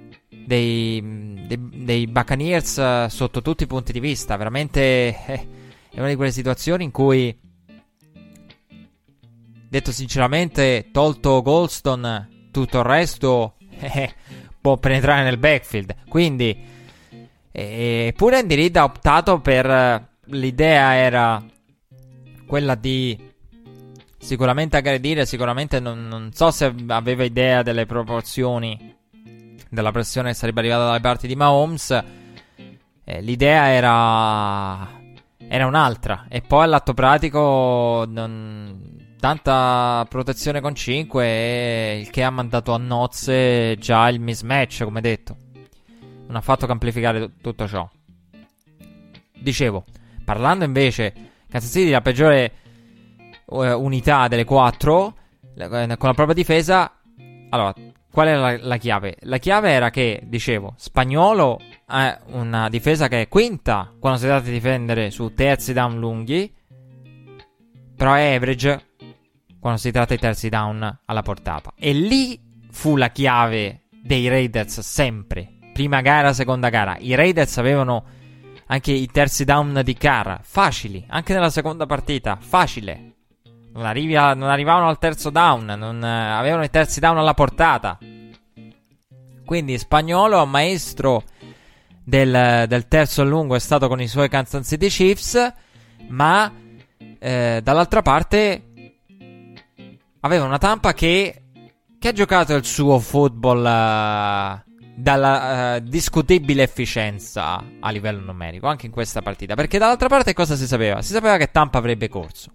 Buccaneers sotto tutti i punti di vista. Veramente è una di quelle situazioni in cui, detto sinceramente, tolto Golston, tutto il resto può penetrare nel backfield. Quindi pure Andy Reid ha optato per, l'idea era quella di sicuramente aggredire, sicuramente non so se aveva idea delle proporzioni della pressione che sarebbe arrivata dalle parti di Mahomes. L'idea era un'altra, e poi all'atto pratico tanta protezione con 5, il che ha mandato a nozze già il mismatch, come detto. Non ha fatto che amplificare tutto ciò. Dicevo, parlando invece Kansas City, la peggiore unità delle 4 con la propria difesa. Allora, qual è la chiave? La chiave era che, dicevo, Spagnuolo ha una difesa che è quinta quando si tratta di difendere su terzi down lunghi, però è average quando si tratta di terzi down alla portata. E lì fu la chiave dei Raiders sempre. Prima gara, seconda gara. I Raiders avevano anche i terzi down di Carr facili, anche nella seconda partita, facile. Non arrivavano al terzo down, non avevano i terzi down alla portata. Quindi Spagnuolo, maestro del terzo lungo, è stato con i suoi Kansas City Chiefs, ma dall'altra parte aveva una Tampa che ha giocato il suo football dalla discutibile efficienza a livello numerico anche in questa partita, perché dall'altra parte cosa si sapeva? Si sapeva che Tampa avrebbe corso.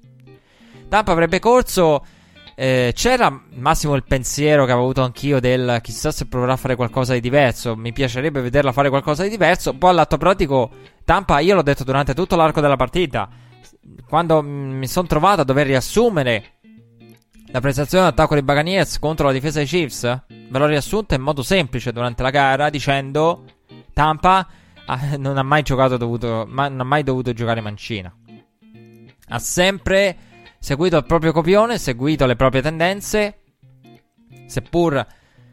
C'era al massimo il pensiero che avevo avuto anch'io del chissà se proverà a fare qualcosa di diverso, mi piacerebbe vederla fare qualcosa di diverso. Poi all'atto pratico Tampa, io l'ho detto durante tutto l'arco della partita, quando mi sono trovato a dover riassumere la prestazione d'attacco dei Buccaneers contro la difesa dei Chiefs, ve l'ho riassunta in modo semplice durante la gara dicendo: Tampa non ha mai dovuto giocare mancina, ha sempre seguito il proprio copione, seguito le proprie tendenze, seppur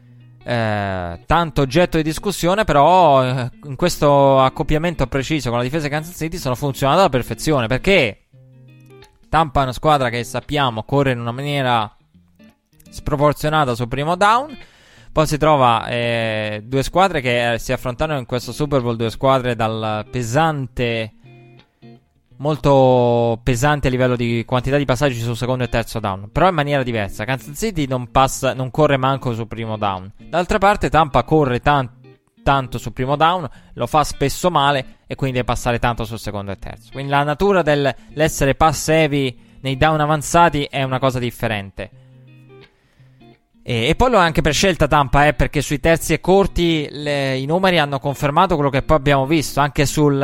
tanto oggetto di discussione, però in questo accoppiamento preciso con la difesa di Kansas City sono funzionate alla perfezione, perché Tampa è una squadra che sappiamo corre in una maniera sproporzionata sul primo down. Poi si trova due squadre che si affrontano in questo Super Bowl, due squadre dal pesante, molto pesante a livello di quantità di passaggi sul secondo e terzo down, però in maniera diversa. Kansas City non corre manco sul primo down. D'altra parte Tampa corre tanto sul primo down, lo fa spesso male e quindi deve passare tanto sul secondo e terzo. Quindi la natura dell'essere pass heavy nei down avanzati è una cosa differente. E poi lo è anche per scelta Tampa, perché sui terzi e corti i numeri hanno confermato quello che poi abbiamo visto. Anche sul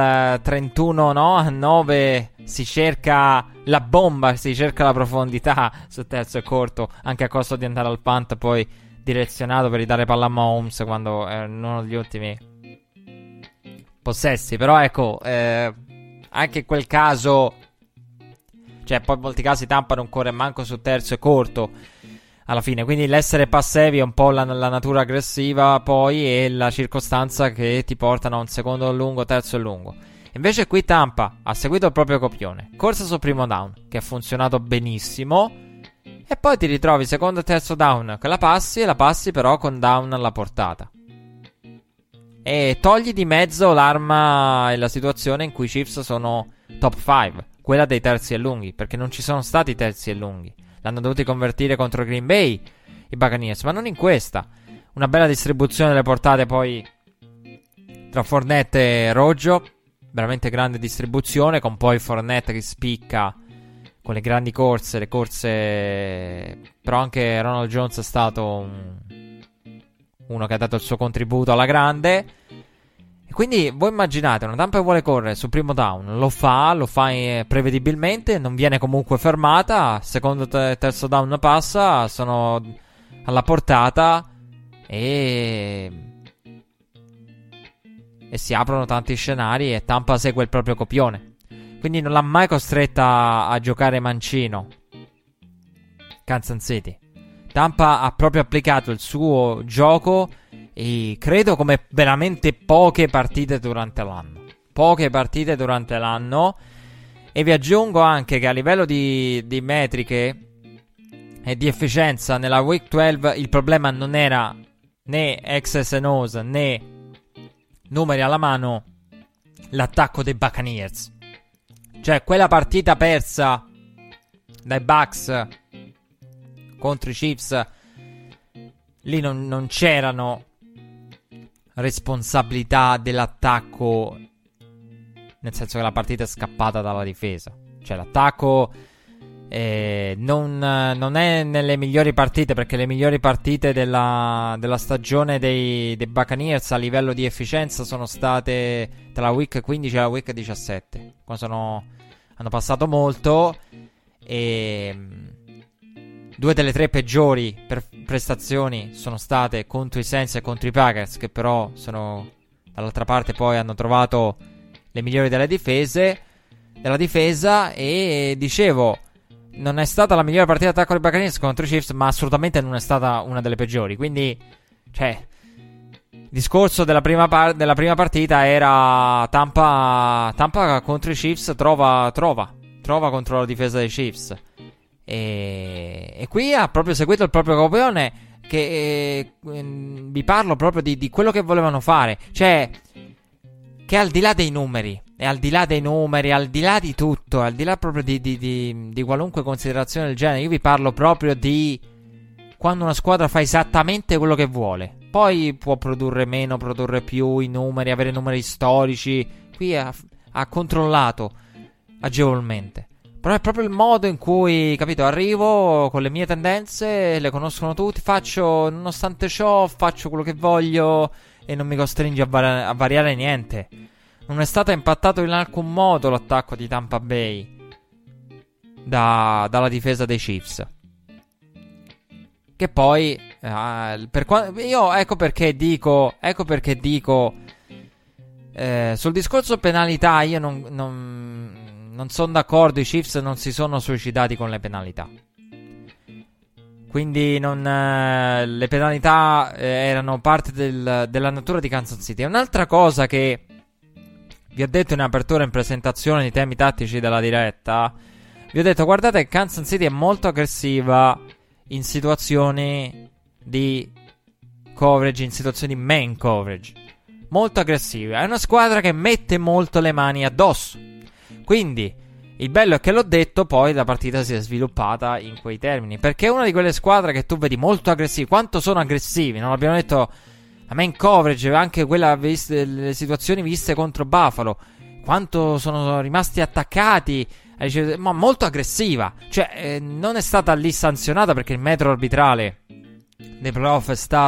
31-9 si cerca la bomba, si cerca la profondità sul terzo e corto, anche a costo di andare al punt poi direzionato per ridare palla a Mahomes quando è uno degli ultimi possessi. Però ecco, anche in quel caso, cioè poi in molti casi Tampa non corre manco su terzo e corto alla fine, quindi l'essere passevi è un po' la natura aggressiva poi, e la circostanza che ti portano a un secondo lungo, terzo e lungo. Invece qui Tampa ha seguito il proprio copione, corsa sul primo down, che ha funzionato benissimo, e poi ti ritrovi secondo e terzo down che la passi però con down alla portata. E togli di mezzo l'arma e la situazione in cui i Chiefs sono top 5, quella dei terzi e lunghi, perché non ci sono stati terzi e lunghi. L'hanno dovuti convertire contro Green Bay i Buccaneers, ma non in questa. Una bella distribuzione delle portate poi tra Fournette e Roggio, veramente grande distribuzione, con poi Fournette che spicca con le grandi corse, però anche Ronald Jones è stato uno che ha dato il suo contributo alla grande. E quindi voi immaginate una Tampa che vuole correre sul primo down, lo fa prevedibilmente, non viene comunque fermata, secondo e terzo down passa, sono alla portata e si aprono tanti scenari e Tampa segue il proprio copione. Quindi non l'ha mai costretta a giocare mancino Kansas City. Tampa ha proprio applicato il suo gioco, e credo come veramente poche partite durante l'anno. E vi aggiungo anche che a livello di metriche e di efficienza nella Week 12 il problema non era né X's and O's né numeri alla mano, l'attacco dei Buccaneers. Cioè quella partita persa dai Bucks contro i Chiefs, lì non c'erano responsabilità dell'attacco, nel senso che la partita è scappata dalla difesa. Cioè l'attacco non è nelle migliori partite, perché le migliori partite della stagione dei Buccaneers a livello di efficienza sono state tra la week 15 e la week 17, quando hanno passato molto, e due delle tre peggiori prestazioni sono state contro i Saints e contro i Packers, che però sono dall'altra parte, poi hanno trovato le migliori della difesa. E dicevo, non è stata la migliore partita d'attacco dei Buccaneers contro i Chiefs, ma assolutamente non è stata una delle peggiori. Quindi, cioè, il discorso della prima partita era Tampa contro i Chiefs trova contro la difesa dei Chiefs. E qui ha proprio seguito il proprio copione, che vi parlo proprio di quello che volevano fare. Cioè, che al di là dei numeri, al di là di tutto, al di là proprio di qualunque considerazione del genere, io vi parlo proprio di quando una squadra fa esattamente quello che vuole. Poi può produrre meno, produrre più i numeri, avere numeri storici. Qui ha controllato agevolmente. Però è proprio il modo in cui, capito, arrivo con le mie tendenze, le conoscono tutti, nonostante ciò, faccio quello che voglio e non mi costringe a variare niente. Non è stato impattato in alcun modo l'attacco di Tampa Bay dalla difesa dei Chiefs. Che poi, ecco perché dico, sul discorso penalità, io non sono d'accordo. I Chiefs non si sono suicidati con le penalità. Quindi le penalità erano parte della natura di Kansas City. Un'altra cosa che vi ho detto in apertura, in presentazione di temi tattici della diretta, vi ho detto: guardate che Kansas City è molto aggressiva in situazioni di coverage, in situazioni di man coverage. Molto aggressiva. È una squadra che mette molto le mani addosso. Quindi il bello è che, l'ho detto, poi la partita si è sviluppata in quei termini, perché è una di quelle squadre che tu vedi molto aggressivi. Quanto sono aggressivi? Non abbiamo detto la main coverage, anche quella le situazioni viste contro Buffalo, quanto sono rimasti attaccati, ma molto aggressiva. Cioè non è stata lì sanzionata, perché il metro arbitrale dei playoff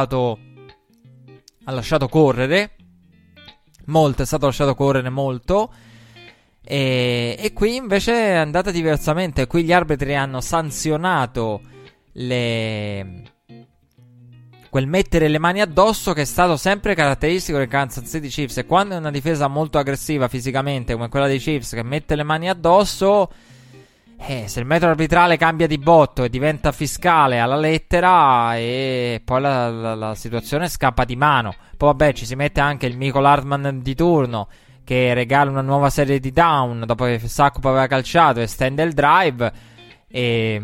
ha lasciato correre molto, è stato lasciato correre molto. E qui invece è andata diversamente. Qui gli arbitri hanno sanzionato quelle quel mettere le mani addosso che è stato sempre caratteristico dei Kansas City Chiefs. E quando è una difesa molto aggressiva fisicamente come quella dei Chiefs, che mette le mani addosso, se il metro arbitrale cambia di botto e diventa fiscale alla lettera, e poi la situazione scappa di mano. Poi vabbè, ci si mette anche il Mecole Hardman di turno, che regala una nuova serie di down dopo che Succop aveva calciato, estende il drive e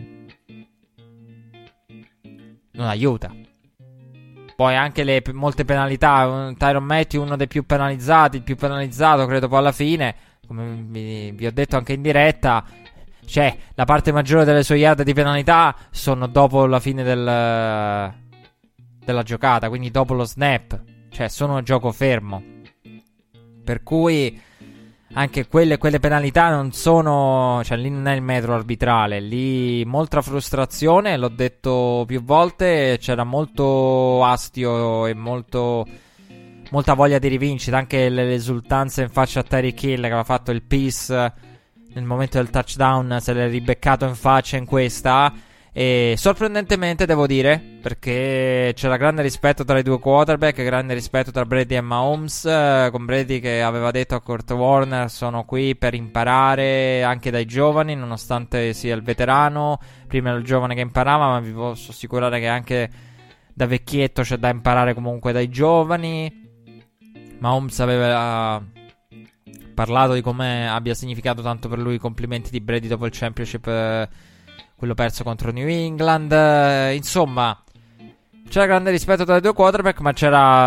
non aiuta. Poi anche molte penalità. Tyrann Mathieu, uno dei più penalizzati, il più penalizzato credo poi alla fine, come vi ho detto anche in diretta. Cioè, la parte maggiore delle sue yard di penalità sono dopo la fine della giocata, quindi dopo lo snap. Cioè, sono a gioco fermo. Per cui anche quelle penalità non sono... Cioè, lì non è il metro arbitrale. Lì molta frustrazione, l'ho detto più volte. C'era molto astio e molta voglia di rivincita. Anche l'esultanza in faccia a Tyreek Hill, che aveva fatto il peace nel momento del touchdown, se l'è ribeccato in faccia in questa. E sorprendentemente devo dire, perché c'era grande rispetto tra i due quarterback, grande rispetto tra Brady e Mahomes, con Brady che aveva detto a Kurt Warner: sono qui per imparare anche dai giovani, nonostante sia il veterano. Prima era il giovane che imparava, ma vi posso assicurare che anche da vecchietto c'è da imparare comunque dai giovani. Mahomes aveva parlato di come abbia significato tanto per lui i complimenti di Brady dopo il championship, quello perso contro New England. Insomma, c'era grande rispetto tra i due quarterback, ma c'era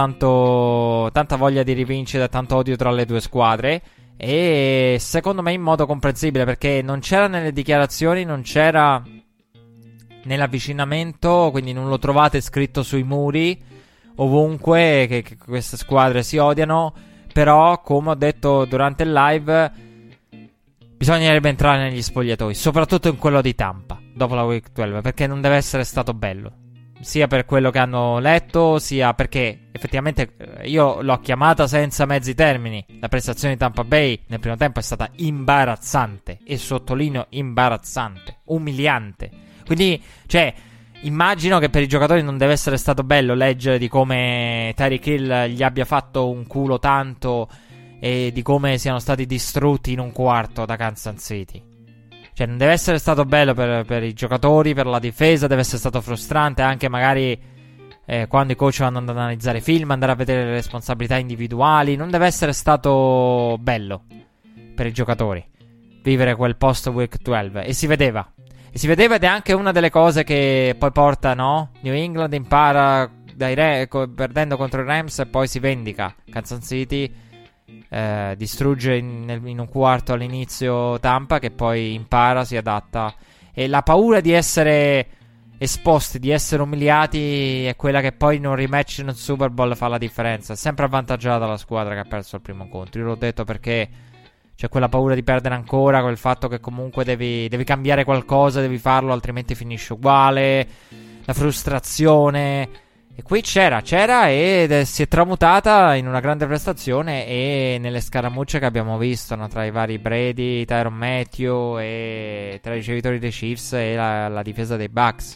tanta voglia di rivincita e tanto odio tra le due squadre. E secondo me in modo comprensibile, perché non c'era nelle dichiarazioni, non c'era nell'avvicinamento, quindi non lo trovate scritto sui muri ovunque che queste squadre si odiano. Però, come ho detto durante il live, bisognerebbe entrare negli spogliatoi, soprattutto in quello di Tampa, dopo la Week 12, perché non deve essere stato bello. Sia per quello che hanno letto, sia perché effettivamente io l'ho chiamata senza mezzi termini. La prestazione di Tampa Bay nel primo tempo è stata imbarazzante, e sottolineo imbarazzante, umiliante. Quindi, cioè, immagino che per i giocatori non deve essere stato bello leggere di come Tyreek Hill gli abbia fatto un culo tanto e di come siano stati distrutti in un quarto da Kansas City. Cioè, non deve essere stato bello per i giocatori, per la difesa. Deve essere stato frustrante anche magari quando i coach vanno ad analizzare film, andare a vedere le responsabilità individuali. Non deve essere stato bello per i giocatori vivere quel post Week 12. E si vedeva. Ed è anche una delle cose che poi porta, no? New England impara perdendo contro i Rams e poi si vendica. Kansas City distrugge in un quarto all'inizio Tampa, che poi impara, si adatta. E la paura di essere esposti, di essere umiliati, è quella che poi in un rematch nel Super Bowl fa la differenza. È sempre avvantaggiata la squadra che ha perso il primo incontro. Io l'ho detto perché c'è quella paura di perdere ancora, quel fatto che comunque devi cambiare qualcosa, devi farlo, altrimenti finisce uguale. La frustrazione. E qui c'era ed si è tramutata in una grande prestazione. E nelle scaramucce che abbiamo visto, no, tra i vari Brady, Tyrann Mathieu, e tra i ricevitori dei Chiefs e la difesa dei Bucks.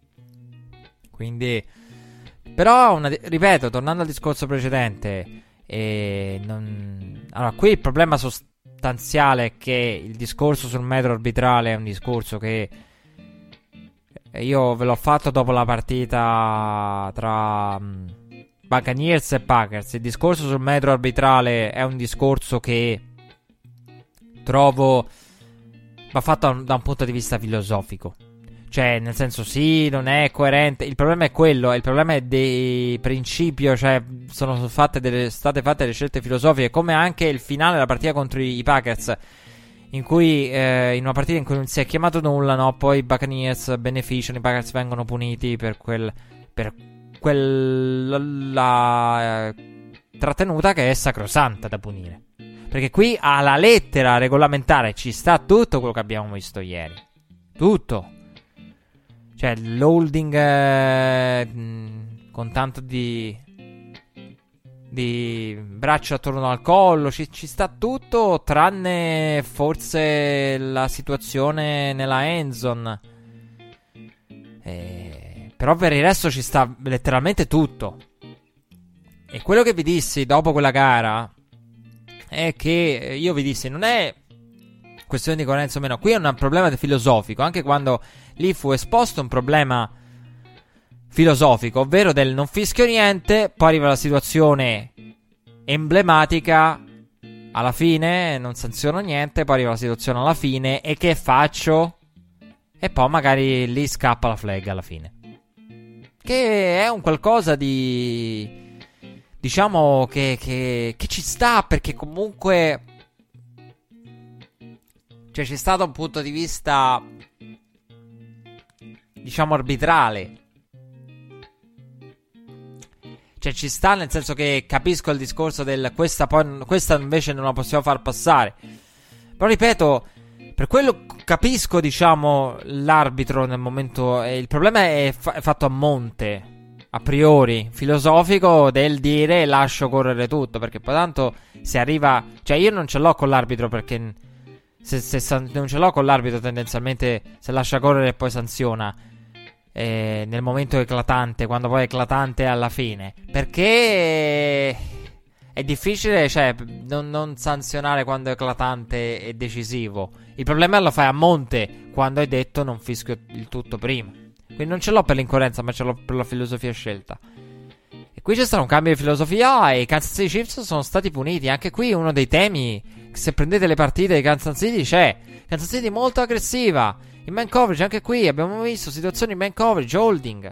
Quindi, però, ripeto, tornando al discorso precedente, allora, qui il problema sostanziale è che il discorso sul metro arbitrale è un discorso che io ve l'ho fatto dopo la partita tra Buccaneers e Packers. Il discorso sul metro arbitrale è un discorso che trovo va fatto da un punto di vista filosofico. Cioè, nel senso, sì, non è coerente. Il problema è quello. Il problema è di principio. Cioè, sono state fatte delle scelte filosofiche. Come anche il finale della partita contro i Packers, in cui in una partita in cui non si è chiamato nulla, no? Poi i Buccaneers beneficiano, i Packers vengono puniti per quella trattenuta che è sacrosanta da punire. Perché qui alla lettera regolamentare ci sta tutto quello che abbiamo visto ieri. Tutto. Cioè, l'holding con tanto di braccio attorno al collo, ci sta tutto, tranne forse la situazione nella endzone. Però per il resto ci sta letteralmente tutto. E quello che vi dissi dopo quella gara è che io vi dissi, non è questione di coerenza o meno, qui è un problema filosofico. Anche quando lì fu esposto un problema filosofico, ovvero del non fischio niente, poi arriva la situazione emblematica, alla fine non sanziono niente, poi arriva la situazione alla fine, e che faccio? E poi magari lì scappa la flag alla fine, che è un qualcosa di, diciamo, che ci sta, perché comunque, cioè, c'è stato un punto di vista, diciamo, arbitrale. Cioè, ci sta, nel senso che capisco il discorso del questa invece non la possiamo far passare. Però ripeto, per quello capisco, diciamo, l'arbitro nel momento. Il problema è fatto a monte, a priori, filosofico, del dire lascio correre tutto. Perché poi tanto se arriva. Cioè, io non ce l'ho con l'arbitro, perché se non ce l'ho con l'arbitro, tendenzialmente se lascia correre e poi sanziona nel momento eclatante, quando poi è eclatante alla fine, perché è difficile, cioè, non sanzionare quando è eclatante e decisivo. Il problema lo fai a monte, quando hai detto non fischio il tutto prima. Quindi non ce l'ho per l'incoerenza, ma ce l'ho per la filosofia scelta. E qui c'è stato un cambio di filosofia e i Kansas City Chiefs sono stati puniti. Anche qui uno dei temi, se prendete le partite di Kansas City, c'è Kansas City molto aggressiva in man coverage. Anche qui abbiamo visto situazioni in man coverage, holding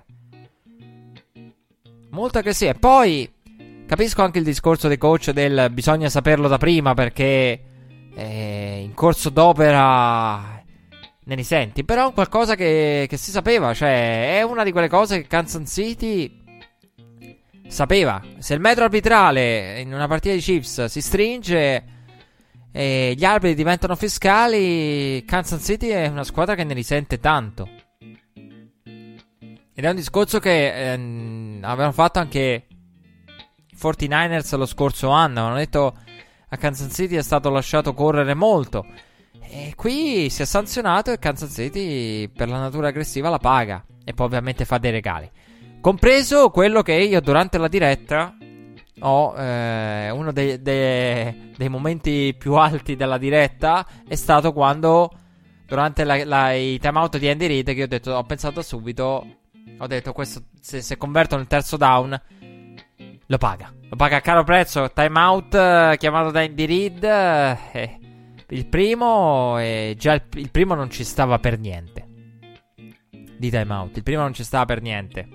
molto aggressive. E poi capisco anche il discorso dei coach del bisogna saperlo da prima, perché in corso d'opera ne risenti. Però è un qualcosa che si sapeva. Cioè, è una di quelle cose che Kansas City sapeva. Se il metro arbitrale in una partita di Chiefs si stringe e gli arbitri diventano fiscali, Kansas City è una squadra che ne risente tanto. Ed è un discorso che avevano fatto anche i 49ers lo scorso anno. Hanno detto a Kansas City è stato lasciato correre molto, e qui si è sanzionato e Kansas City per la natura aggressiva la paga. E poi ovviamente fa dei regali, compreso quello che io durante la diretta ho uno dei momenti più alti della diretta è stato quando durante i timeout di Andy Reid, che ho pensato subito, ho detto questo se convertono il terzo down lo paga a caro prezzo. Timeout chiamato da Andy Reid, il primo, già il primo non ci stava per niente di timeout. Il primo non ci stava per niente.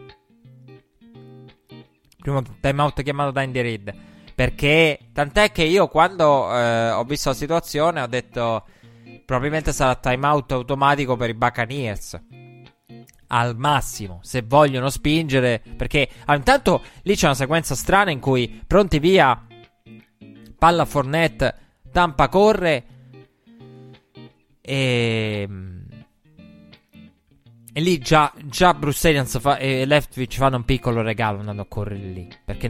Primo timeout chiamato da Andy Reid, perché tant'è che io quando ho visto la situazione ho detto probabilmente sarà timeout automatico per i Buccaneers al massimo, se vogliono spingere, perché intanto lì c'è una sequenza strana in cui pronti via, palla a Fournette, Tampa corre e lì già Bruce Arians e Leftwich fanno un piccolo regalo andando a correre lì, perché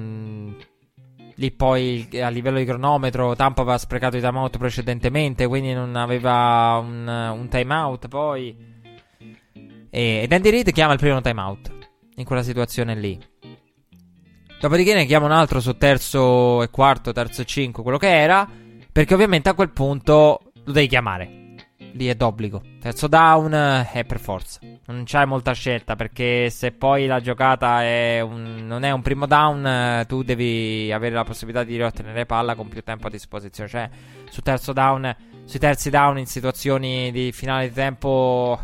lì poi a livello di cronometro Tampa aveva sprecato i timeout precedentemente, quindi non aveva un timeout poi, ed Andy Reid chiama il primo timeout in quella situazione lì. Dopodiché ne chiama un altro su terzo e quarto, terzo e 5, quello che era, perché ovviamente a quel punto lo devi chiamare. Lì è d'obbligo. Terzo down è per forza. Non c'hai molta scelta, perché se poi la giocata non è un primo down, tu devi avere la possibilità di riottenere palla con più tempo a disposizione. Cioè, sui terzi down in situazioni di finale di tempo,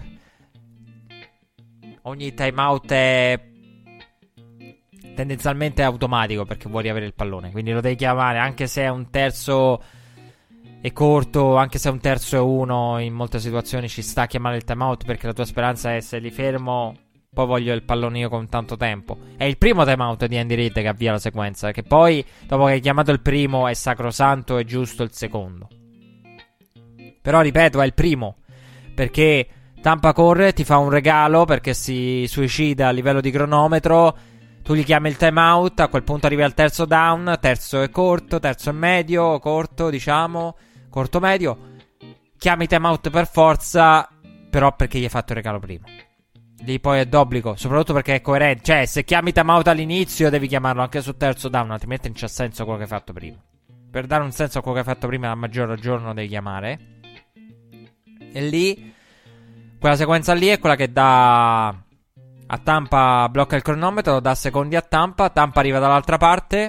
ogni timeout è tendenzialmente automatico, perché vuoi avere il pallone. Quindi lo devi chiamare, anche se è un terzo è corto, anche se è un terzo e 1, in molte situazioni ci sta a chiamare il timeout, perché la tua speranza è se li fermo poi voglio il pallone io con tanto tempo. È il primo timeout di Andy Reid che avvia la sequenza, che poi dopo che hai chiamato il primo è sacrosanto e giusto il secondo. Però ripeto, è il primo, perché Tampa corre, ti fa un regalo perché si suicida a livello di cronometro, tu gli chiami il timeout, a quel punto arrivi al terzo down, terzo è corto, terzo è medio, corto diciamo, corto medio, chiami timeout per forza, però perché gli hai fatto il regalo prima. lì poi è d'obbligo, soprattutto perché è coerente. Cioè, se chiami timeout all'inizio, devi chiamarlo anche sul terzo down, altrimenti non c'ha senso quello che hai fatto prima. Per dare un senso a quello che hai fatto prima, a maggior ragione lo devi chiamare. E lì, quella sequenza lì è quella che dà a Tampa, blocca il cronometro, dà secondi a Tampa. Tampa arriva dall'altra parte,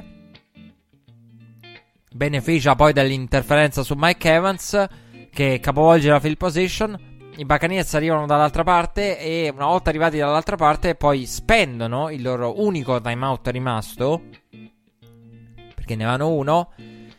beneficia poi dell'interferenza su Mike Evans, che capovolge la field position. I Buccaneers arrivano dall'altra parte e una volta arrivati dall'altra parte poi spendono il loro unico timeout rimasto, perché ne avevano uno.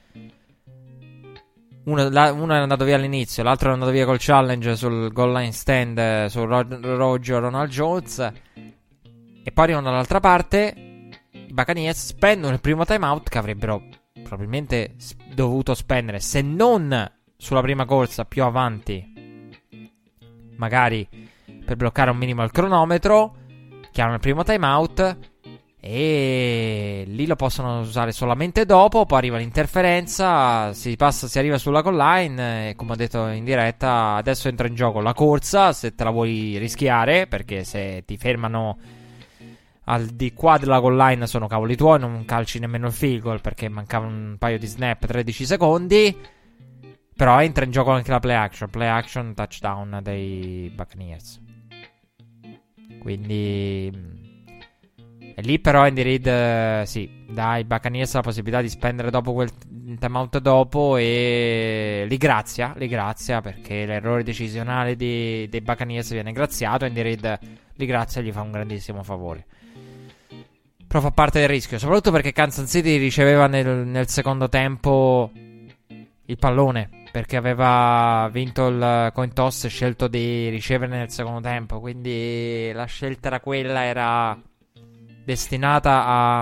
Uno è andato via all'inizio, l'altro è andato via col challenge sul goal line stand su Roger Ronald Jones. E poi arrivano dall'altra parte. I Buccaneers spendono il primo timeout che avrebbero probabilmente dovuto spendere, se non sulla prima corsa, più avanti, magari per bloccare un minimo il cronometro. Chiamano il primo timeout e lì lo possono usare solamente dopo. Poi arriva l'interferenza, si arriva sulla goal line e, come ho detto in diretta, adesso entra in gioco la corsa, se te la vuoi rischiare, perché se ti fermano al di qua della goal line sono cavoli tuoi, non calci nemmeno il field goal perché mancavano un paio di snap, 13 secondi. Però entra in gioco anche la play action touchdown dei Buccaneers. Quindi e lì però Andy Reid sì, dà ai Buccaneers la possibilità di spendere dopo quel timeout dopo, e li grazia perché l'errore decisionale dei Buccaneers viene graziato. Andy Reid li grazia e gli fa un grandissimo favore. Però fa parte del rischio, soprattutto perché Kansas City riceveva nel secondo tempo il pallone, perché aveva vinto il coin toss e scelto di ricevere nel secondo tempo. Quindi la scelta era quella, era destinata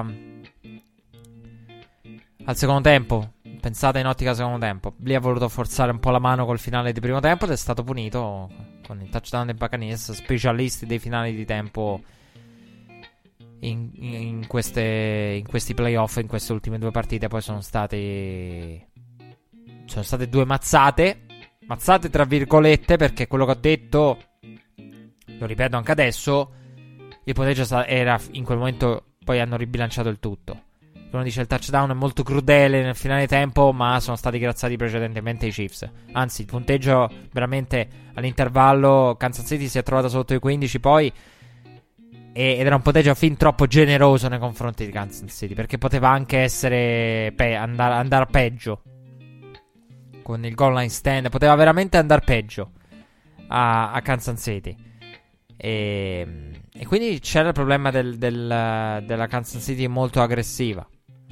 al secondo tempo, pensata in ottica secondo tempo. Lì ha voluto forzare un po' la mano col finale di primo tempo ed è stato punito con il touchdown dei Buccaneers, specialisti dei finali di tempo in questi playoff, in queste ultime due partite. Poi sono state due mazzate tra virgolette, perché quello che ho detto lo ripeto anche adesso, il punteggio era in quel momento, poi hanno ribilanciato il tutto. Uno dice il touchdown è molto crudele nel finale tempo, ma sono stati graziati precedentemente i Chiefs. Anzi, il punteggio veramente all'intervallo, Kansas City si è trovata sotto i 15 poi, ed era un punteggio fin troppo generoso nei confronti di Kansas City, perché poteva anche essere andare peggio con il goal line stand, poteva veramente andare peggio a Kansas City. E quindi c'era il problema della Kansas City molto aggressiva.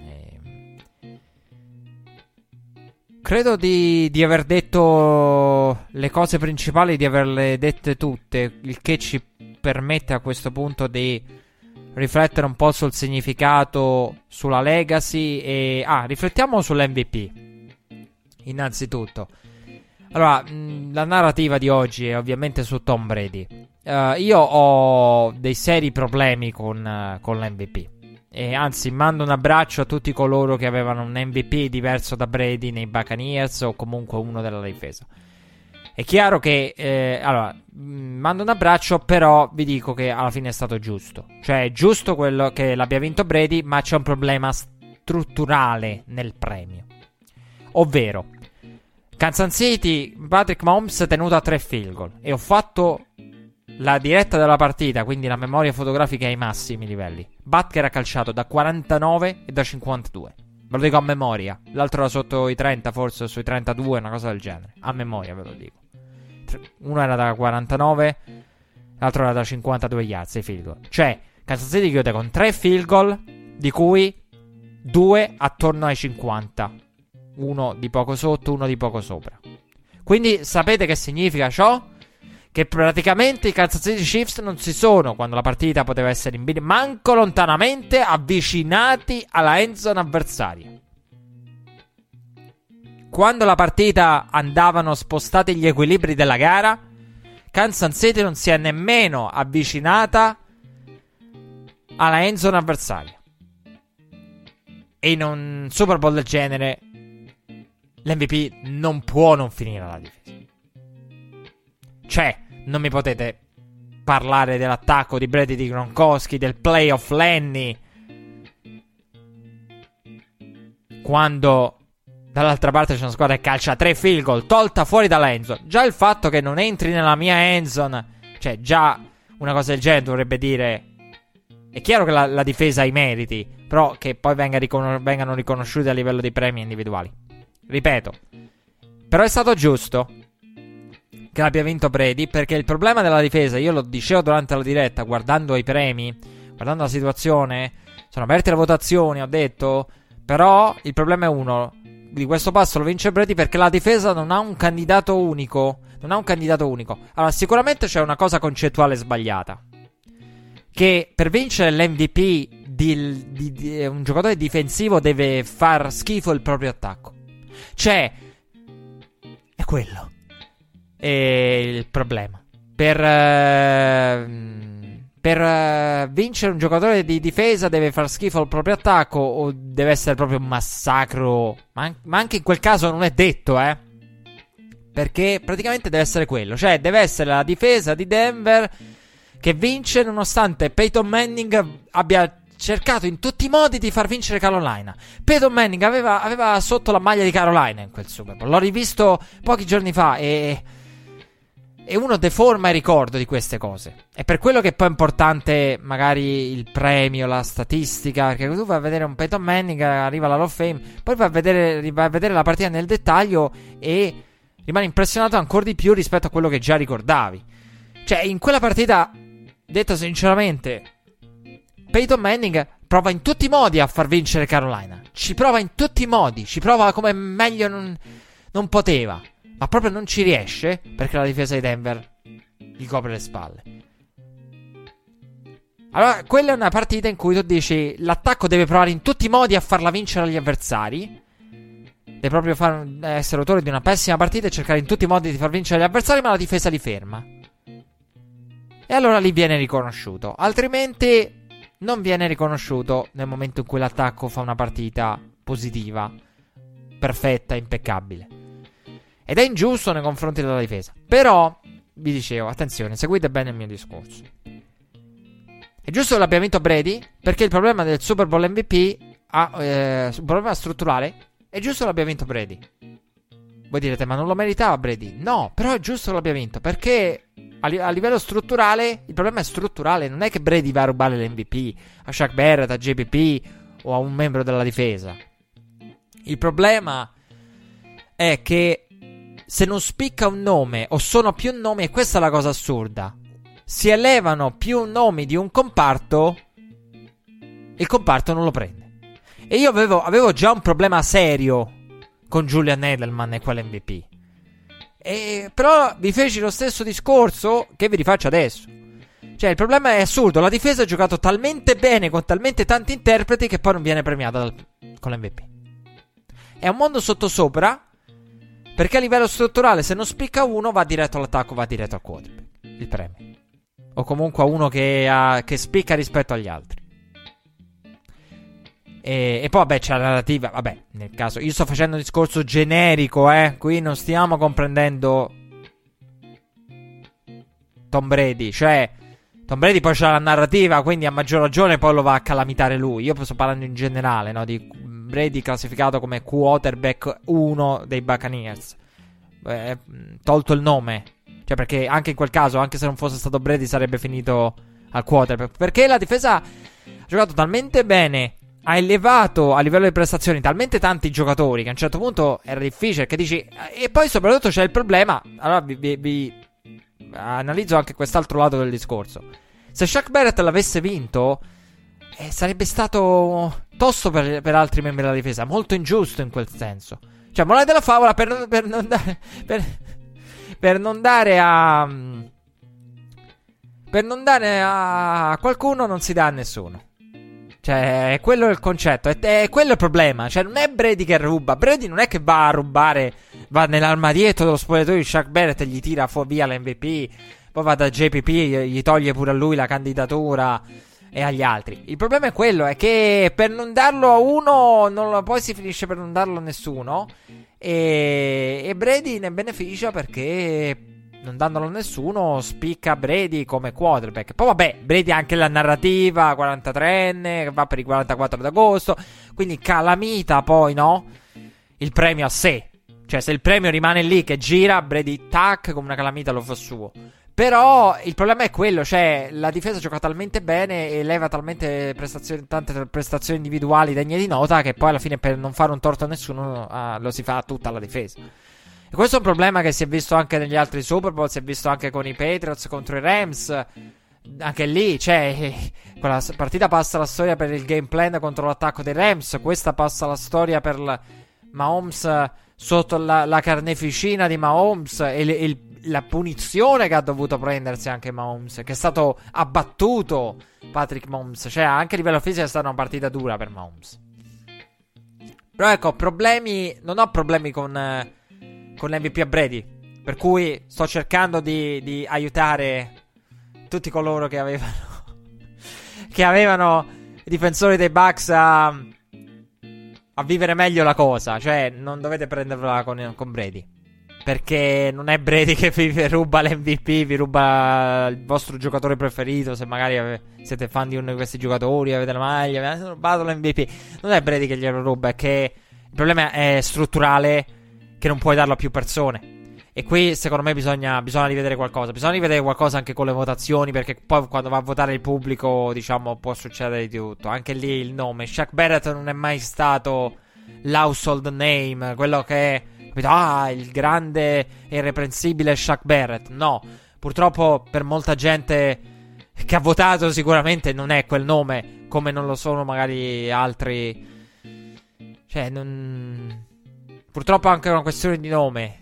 Credo di aver detto le cose principali, di averle dette tutte, il che ci permette a questo punto di riflettere un po' sul significato, sulla legacy e riflettiamo sull'MVP. Innanzitutto, allora, la narrativa di oggi è ovviamente su Tom Brady. Io ho dei seri problemi con l'MVP. E anzi, mando un abbraccio a tutti coloro che avevano un MVP diverso da Brady nei Buccaneers, o comunque uno della difesa. È chiaro che mando un abbraccio, però vi dico che alla fine è stato giusto. Cioè, è giusto quello che l'abbia vinto Brady, ma c'è un problema strutturale nel premio. Ovvero, Kansas City, Patrick Mahomes tenuto a 3 field goal, e ho fatto la diretta della partita, quindi la memoria fotografica ai massimi livelli. Butker ha calciato da 49 e da 52. Ve lo dico a memoria. L'altro era sotto i 30, forse sui 32, una cosa del genere. A memoria ve lo dico. Uno era da 49, l'altro era da 52 yards, i field goal. Cioè, Kansas City chiude con 3 field goal, di cui 2 attorno ai 50. Uno di poco sotto, uno di poco sopra. Quindi sapete che significa ciò? Che praticamente i Kansas City Chiefs non si sono, quando la partita poteva essere in bilico, manco lontanamente avvicinati alla end zone avversaria. Quando la partita andavano spostati gli equilibri della gara, Kansas City non si è nemmeno avvicinata alla end zone avversaria. E in un Super Bowl del genere l'MVP non può non finire alla difesa. Cioè, non mi potete parlare dell'attacco di Brady, di Gronkowski, del playoff Lenny, quando dall'altra parte c'è una squadra che calcia 3 field goal, tolta fuori dall'endzone. Già il fatto che non entri nella mia endzone, cioè già una cosa del genere dovrebbe dire... È chiaro che la difesa ha i meriti, però che poi vengano riconosciuti a livello di premi individuali. Ripeto, però è stato giusto che abbia vinto Brady, perché il problema della difesa, io lo dicevo durante la diretta, guardando i premi, guardando la situazione, sono aperte le votazioni, ho detto, però il problema è uno, di questo passo lo vince Brady perché la difesa non ha un candidato unico. Allora, sicuramente c'è una cosa concettuale sbagliata, che per vincere l'MVP di un giocatore difensivo deve far schifo il proprio attacco. Cioè, è quello è il problema. Per vincere un giocatore di difesa deve far schifo il proprio attacco, o deve essere proprio un massacro. Ma anche in quel caso non è detto, perché praticamente deve essere quello. Cioè, deve essere la difesa di Denver che vince nonostante Peyton Manning abbia cercato in tutti i modi di far vincere Carolina. Peyton Manning aveva sotto la maglia di Carolina in quel Super Bowl. L'ho rivisto pochi giorni fa e uno deforma il ricordo di queste cose. È per quello che poi è importante magari il premio, la statistica, perché tu vai a vedere un Peyton Manning, arriva alla Hall of Fame, poi vai a vedere la partita nel dettaglio e rimani impressionato ancora di più rispetto a quello che già ricordavi. Cioè, in quella partita, detto sinceramente, Peyton Manning prova in tutti i modi a far vincere Carolina. Ci prova in tutti i modi, ci prova come meglio non poteva, ma proprio non ci riesce perché la difesa di Denver gli copre le spalle. Allora, quella è una partita in cui tu dici l'attacco deve provare in tutti i modi a farla vincere agli avversari, deve proprio essere autore di una pessima partita e cercare in tutti i modi di far vincere gli avversari, ma la difesa li ferma. E allora lì viene riconosciuto. Altrimenti non viene riconosciuto nel momento in cui l'attacco fa una partita positiva, perfetta, impeccabile. Ed è ingiusto nei confronti della difesa. Però, vi dicevo, attenzione, seguite bene il mio discorso. È giusto che l'abbia vinto Brady, perché il problema del Super Bowl MVP un problema strutturale. È giusto che l'abbia vinto Brady. Voi direte, ma non lo meritava Brady? No, però è giusto che l'abbia vinto, perché a livello strutturale il problema è strutturale. Non è che Brady va a rubare l'MVP a Shaq Barrett, a JPP o a un membro della difesa. Il problema è che se non spicca un nome o sono più nomi, e questa è la cosa assurda, si elevano più nomi di un comparto, il comparto non lo prende. E io avevo già un problema serio con Julian Edelman e quell'MVP. Però vi feci lo stesso discorso che vi rifaccio adesso. Cioè, il problema è assurdo. La difesa ha giocato talmente bene con talmente tanti interpreti che poi non viene premiata con l'MVP. È un mondo sottosopra, perché a livello strutturale se non spicca uno va diretto all'attacco, va diretto al quarterback il premio, o comunque a uno che spicca rispetto agli altri. E poi vabbè, c'è la narrativa. Vabbè, nel caso io sto facendo un discorso generico, qui non stiamo comprendendo Tom Brady. Cioè, Tom Brady poi c'ha la narrativa, quindi a maggior ragione poi lo va a calamitare lui. Io sto parlando in generale, no? Di Brady classificato come quarterback 1 dei Buccaneers, tolto il nome. Cioè, perché anche in quel caso, anche se non fosse stato Brady, sarebbe finito al quarterback, perché la difesa ha giocato talmente bene, ha elevato a livello di prestazioni talmente tanti giocatori che a un certo punto era difficile, che dici. E poi soprattutto c'è il problema. Allora vi analizzo anche quest'altro lato del discorso. Se Shaq Barrett l'avesse vinto, sarebbe stato tosto per altri membri della difesa, molto ingiusto in quel senso. Cioè, morale della favola, per non dare a qualcuno non si dà a nessuno. Cioè, è quello il concetto, è quello il problema. Cioè, non è Brady che ruba. Brady non è che va a rubare, va nell'armadietto dello spogliatoio di Shaq Barrett e gli tira via l'MVP, poi va da JPP, gli toglie pure a lui la candidatura e agli altri. Il problema è quello, è che per non darlo a uno, poi si finisce per non darlo a nessuno. E Brady ne beneficia perché non dandolo a nessuno, spicca Brady come quarterback. Poi vabbè, Brady ha anche la narrativa 43enne, che va per i 44 d'agosto, quindi calamita poi, no? Il premio a sé. Cioè, se il premio rimane lì che gira, Brady tac, come una calamita lo fa suo. Però il problema è quello, cioè la difesa gioca talmente bene e leva talmente tante prestazioni individuali degne di nota, che poi alla fine, per non fare un torto a nessuno, lo si fa tutta la difesa. E questo è un problema che si è visto anche negli altri Super Bowl, si è visto anche con i Patriots contro i Rams. Anche lì, cioè, quella partita passa la storia per il game plan contro l'attacco dei Rams, questa passa la storia per Mahomes sotto la carneficina di Mahomes e la punizione che ha dovuto prendersi anche Mahomes, che è stato abbattuto Patrick Mahomes. Cioè, anche a livello fisico è stata una partita dura per Mahomes. Però ecco, non ho problemi con l'MVP a Brady, per cui sto cercando di aiutare tutti coloro che avevano i difensori dei Bucks a vivere meglio la cosa. Cioè, non dovete prenderla con Brady, perché non è Brady che vi ruba l'MVP, vi ruba il vostro giocatore preferito. Se magari siete fan di uno di questi giocatori, avete la maglia, vi hanno rubato l'MVP. Non è Brady che glielo ruba, è che il problema è strutturale, che non puoi darlo a più persone. E qui secondo me bisogna rivedere qualcosa. Bisogna rivedere qualcosa anche con le votazioni, perché poi quando va a votare il pubblico, diciamo, può succedere di tutto. Anche lì il nome Shaq Barrett non è mai stato l'household name, quello che è, capito? Il grande e irreprensibile Shaq Barrett. No, purtroppo per molta gente che ha votato sicuramente non è quel nome, come non lo sono magari altri. Cioè, purtroppo è anche una questione di nome.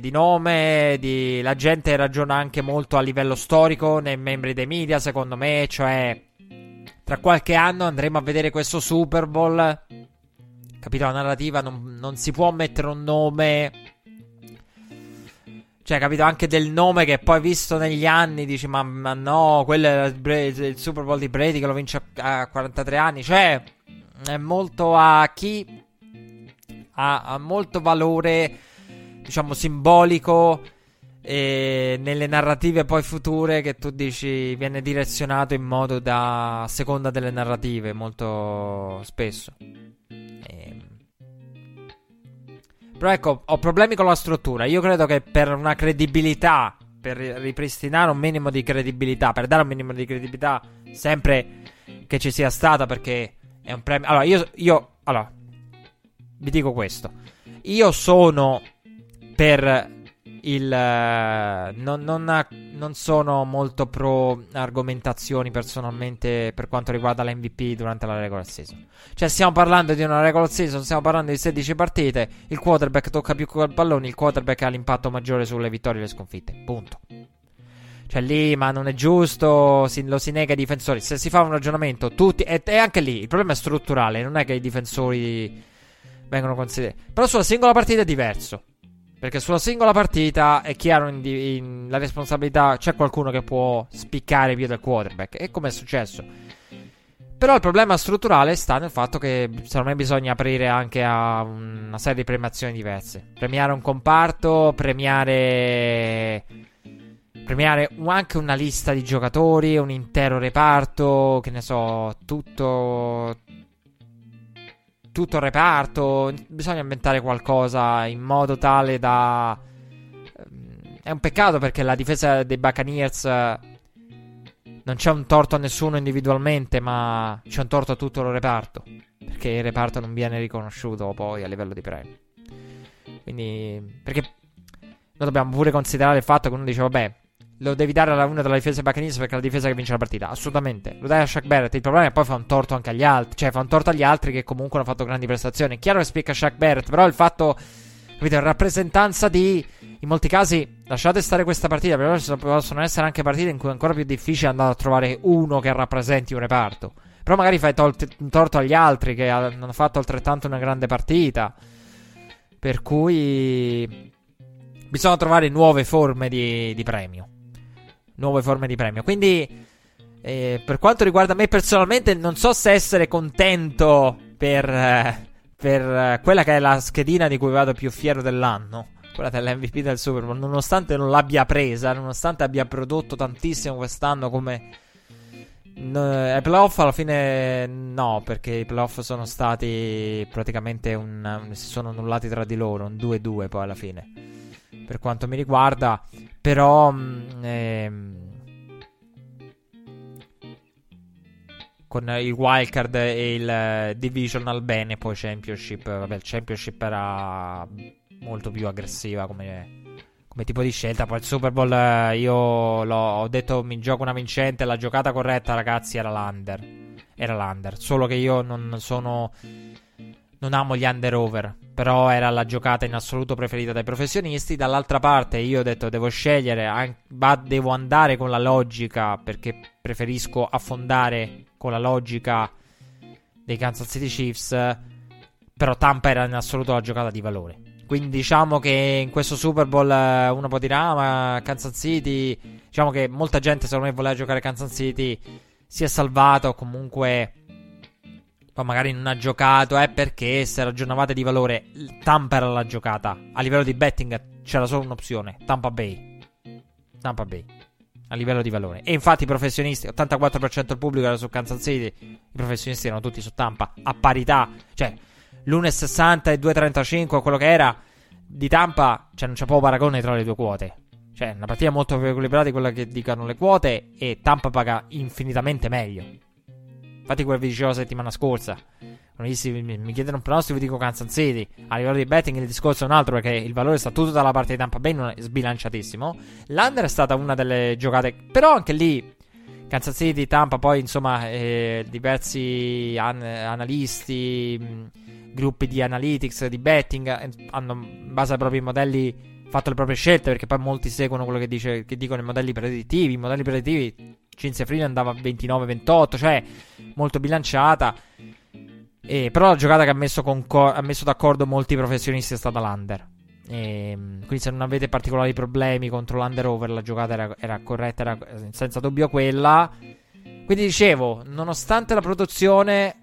La gente ragiona anche molto a livello storico nei membri dei media, secondo me. Cioè, tra qualche anno andremo a vedere questo Super Bowl, capito? La narrativa non si può mettere un nome. Cioè, capito? Anche del nome che poi visto negli anni dici ma no, quello è il Super Bowl di Brady che lo vince a 43 anni. Cioè, è molto a chi ha molto valore, diciamo, simbolico, e nelle narrative poi future, che tu dici viene direzionato in modo a seconda delle narrative molto spesso. Però ecco, ho problemi con la struttura. Io credo che per una credibilità, per ripristinare un minimo di credibilità, per dare un minimo di credibilità, sempre che ci sia stata, perché è un premio. Allora, allora, vi dico questo. Io sono per non sono molto pro argomentazioni personalmente per quanto riguarda l'MVP durante la regular season. Cioè, stiamo parlando di una regular season, stiamo parlando di 16 partite, il quarterback tocca più col pallone, il quarterback ha l'impatto maggiore sulle vittorie e le sconfitte, punto. Cioè lì, ma non è giusto, lo si nega ai difensori. Se si fa un ragionamento tutti, e anche lì il problema è strutturale, non è che i difensori vengono considerati. Però sulla singola partita è diverso, perché sulla singola partita è chiaro la responsabilità, c'è qualcuno che può spiccare via del quarterback, e come è successo. Però il problema strutturale sta nel fatto che secondo me bisogna aprire anche a una serie di premiazioni diverse. Premiare un comparto, premiare anche una lista di giocatori, un intero reparto, che ne so, tutto il reparto. Bisogna inventare qualcosa in modo tale da... È un peccato perché la difesa dei Buccaneers non c'è un torto a nessuno individualmente, ma c'è un torto a tutto il reparto, perché il reparto non viene riconosciuto poi a livello di premi. Quindi, perché noi dobbiamo pure considerare il fatto che uno dice vabbè, lo devi dare alla una della difesa dei Buccaneers perché è la difesa che vince la partita. Assolutamente, lo dai a Shaq Barrett. Il problema è poi fa un torto anche agli altri. Cioè fa un torto agli altri che comunque hanno fatto grandi prestazioni. È chiaro che spicca Shaq Barrett, però il fatto, capite, rappresentanza di... In molti casi, lasciate stare questa partita, però ci possono essere anche partite in cui è ancora più difficile andare a trovare uno che rappresenti un reparto. Però magari fai un torto agli altri che hanno fatto altrettanto una grande partita. Per cui bisogna trovare nuove forme di premio. Nuove forme di premio. Quindi per quanto riguarda me personalmente, non so se essere contento per quella che è la schedina di cui vado più fiero dell'anno, quella dell'MVP del Super Bowl, nonostante non l'abbia presa, nonostante abbia prodotto tantissimo quest'anno come... ai playoff alla fine no, perché i playoff sono stati praticamente si sono annullati tra di loro, un 2-2 poi alla fine, per quanto mi riguarda. Però con il wildcard e il divisional bene, poi championship, vabbè, il championship era molto più aggressiva come tipo di scelta. Poi il Super Bowl, io ho detto mi gioco una vincente. La giocata corretta, ragazzi, era l'under. Solo che io non amo gli under over, però era la giocata in assoluto preferita dai professionisti. Dall'altra parte io ho detto devo scegliere, devo andare con la logica, perché preferisco affondare con la logica dei Kansas City Chiefs. Però Tampa era in assoluto la giocata di valore. Quindi diciamo che in questo Super Bowl uno può dire ma Kansas City, diciamo che molta gente secondo me voleva giocare Kansas City, si è salvato, o comunque poi magari non ha giocato, perché se ragionavate di valore Tampa era la giocata. A livello di betting c'era solo un'opzione, Tampa Bay a livello di valore. E infatti i professionisti, 84% del pubblico era su Kansas City, i professionisti erano tutti su Tampa a parità, cioè l'1,60 e 2,35 quello che era di Tampa, cioè non c'è proprio paragone tra le due quote. Cioè una partita molto più equilibrata di quella che dicano le quote, e Tampa paga infinitamente meglio. Infatti quello che vi dicevo la settimana scorsa, mi chiedono un pronostico, vi dico Kansas City. A livello di betting il discorso è un altro, perché il valore sta tutto dalla parte di Tampa Bay, non è sbilanciatissimo. L'under è stata una delle giocate, però anche lì Kansas City, Tampa, poi insomma diversi analisti, gruppi di analytics, di betting hanno in base ai propri modelli fatto le proprie scelte, perché poi molti seguono quello che dicono i modelli predittivi. I modelli predittivi Cinzia Freeland andava a 29-28, cioè molto bilanciata. Però la giocata che ha messo d'accordo molti professionisti è stata l'under. Quindi se non avete particolari problemi contro l'under over, la giocata era corretta, era senza dubbio quella. Quindi dicevo, nonostante la produzione,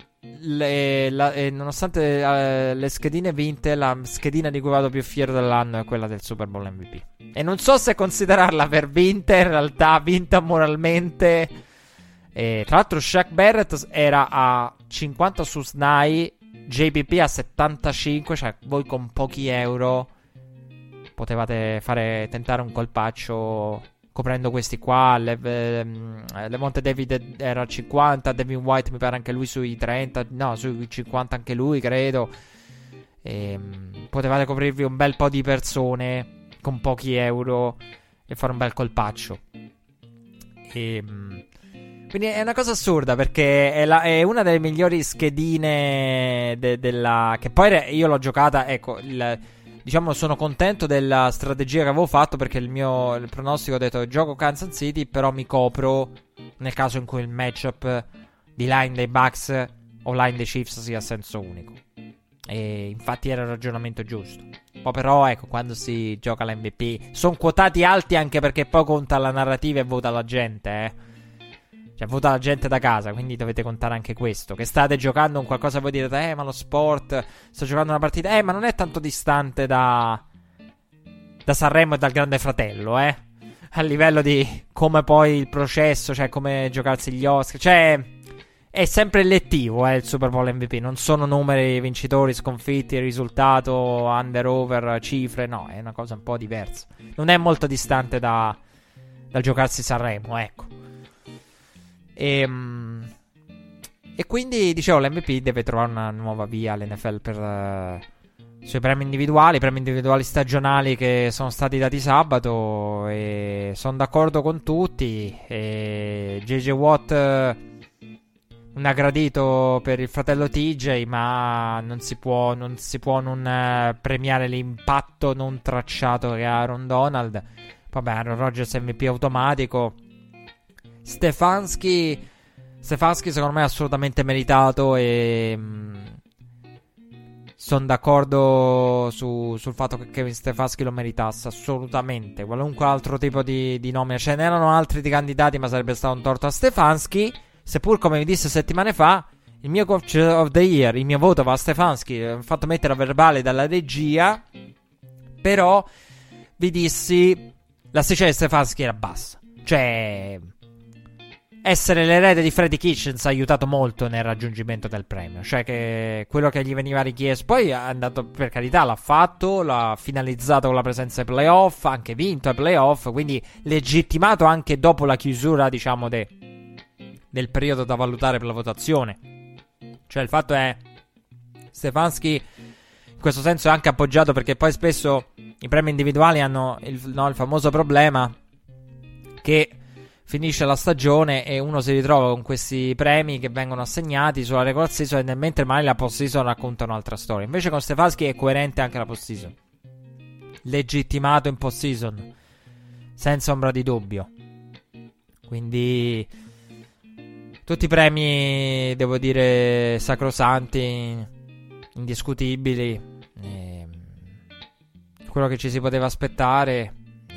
nonostante le schedine vinte, la schedina di cui vado più fiero dell'anno è quella del Super Bowl MVP. E non so se considerarla per vinta, in realtà vinta moralmente. Tra l'altro Shaq Barrett era a 50 su SNAI, JPP a 75, cioè voi con pochi euro potevate tentare un colpaccio coprendo questi qua. Lemonte David era a 50, Devin White mi pare anche lui sui 30, no, sui 50 anche lui credo. Potevate coprirvi un bel po' di persone con pochi euro e fare un bel colpaccio. Quindi è una cosa assurda, perché è una delle migliori schedine che poi io l'ho giocata, ecco, diciamo sono contento della strategia che avevo fatto, perché il pronostico ho detto gioco Kansas City, però mi copro nel caso in cui il matchup di line dei Bucks o line dei Chiefs sia a senso unico. E infatti era il ragionamento giusto. Poi però ecco, quando si gioca l'MVP sono quotati alti, anche perché poi conta la narrativa e vota la gente, cioè vota la gente da casa, quindi dovete contare anche questo. Che state giocando un qualcosa, voi direte ma lo sport, sto giocando una partita, ma non è tanto distante da Sanremo e dal Grande Fratello, a livello di come poi il processo, cioè come giocarsi gli Oscar, cioè è sempre elettivo, il Super Bowl MVP. Non sono numeri, vincitori, sconfitti, risultato, under, over, cifre. No, è una cosa un po' diversa. Non è molto distante dal giocarsi Sanremo, ecco. E quindi, dicevo, l'MVP deve trovare una nuova via all'NFL per sui premi individuali stagionali che sono stati dati sabato. E sono d'accordo con tutti. JJ Watt un aggradito per il fratello TJ, ma non si può non premiare l'impatto non tracciato che ha Aaron Donald. Vabbè, Aaron Rodgers MVP automatico. Stefanski secondo me è assolutamente meritato, e sono d'accordo sul fatto che Kevin Stefanski lo meritasse assolutamente. Qualunque altro tipo di nome, ce n'erano altri di candidati, ma sarebbe stato un torto a Stefanski. Seppur, come vi disse settimane fa, il mio coach of the year, il mio voto va a Stefanski. Ho fatto mettere a verbale dalla regia, Però vi dissi, l'asticella di Stefanski era bassa. Cioè, essere l'erede di Freddie Kitchens ha aiutato molto nel raggiungimento del premio. Cioè che quello che gli veniva richiesto, poi è andato, per carità, l'ha fatto, l'ha finalizzato con la presenza ai playoff, anche vinto ai playoff, quindi legittimato anche dopo la chiusura, diciamo, del periodo da valutare per la votazione. Cioè il fatto è, Stefanski in questo senso è anche appoggiato, perché poi spesso i premi individuali hanno il famoso problema che finisce la stagione e uno si ritrova con questi premi che vengono assegnati sulla regular season, e mentre magari la post-season racconta un'altra storia. Invece con Stefanski è coerente anche la post-season, legittimato in post-season senza ombra di dubbio. Quindi tutti i premi, devo dire, sacrosanti, indiscutibili, quello che ci si poteva aspettare.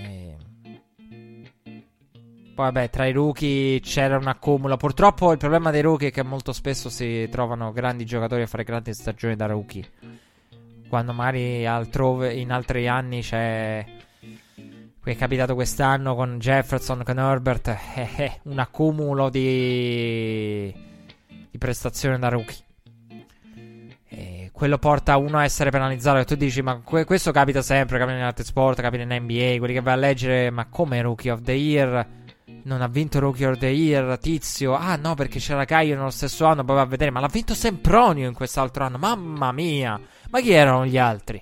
Poi vabbè, tra i rookie c'era un accumulo. Purtroppo il problema dei rookie è che molto spesso si trovano grandi giocatori a fare grandi stagioni da rookie, quando magari altrove, in altri anni c'è, è capitato quest'anno con Jefferson, con Herbert, un accumulo di prestazioni da rookie. E quello porta uno a essere penalizzato, e tu dici, ma questo capita sempre, capita in altri sport, capita in NBA, quelli che vai a leggere, ma come Rookie of the Year? Non ha vinto Rookie of the Year Tizio. Ah no, perché c'era Caio nello stesso anno, poi va a vedere, ma l'ha vinto Sempronio in quest'altro anno. Mamma mia, ma chi erano gli altri?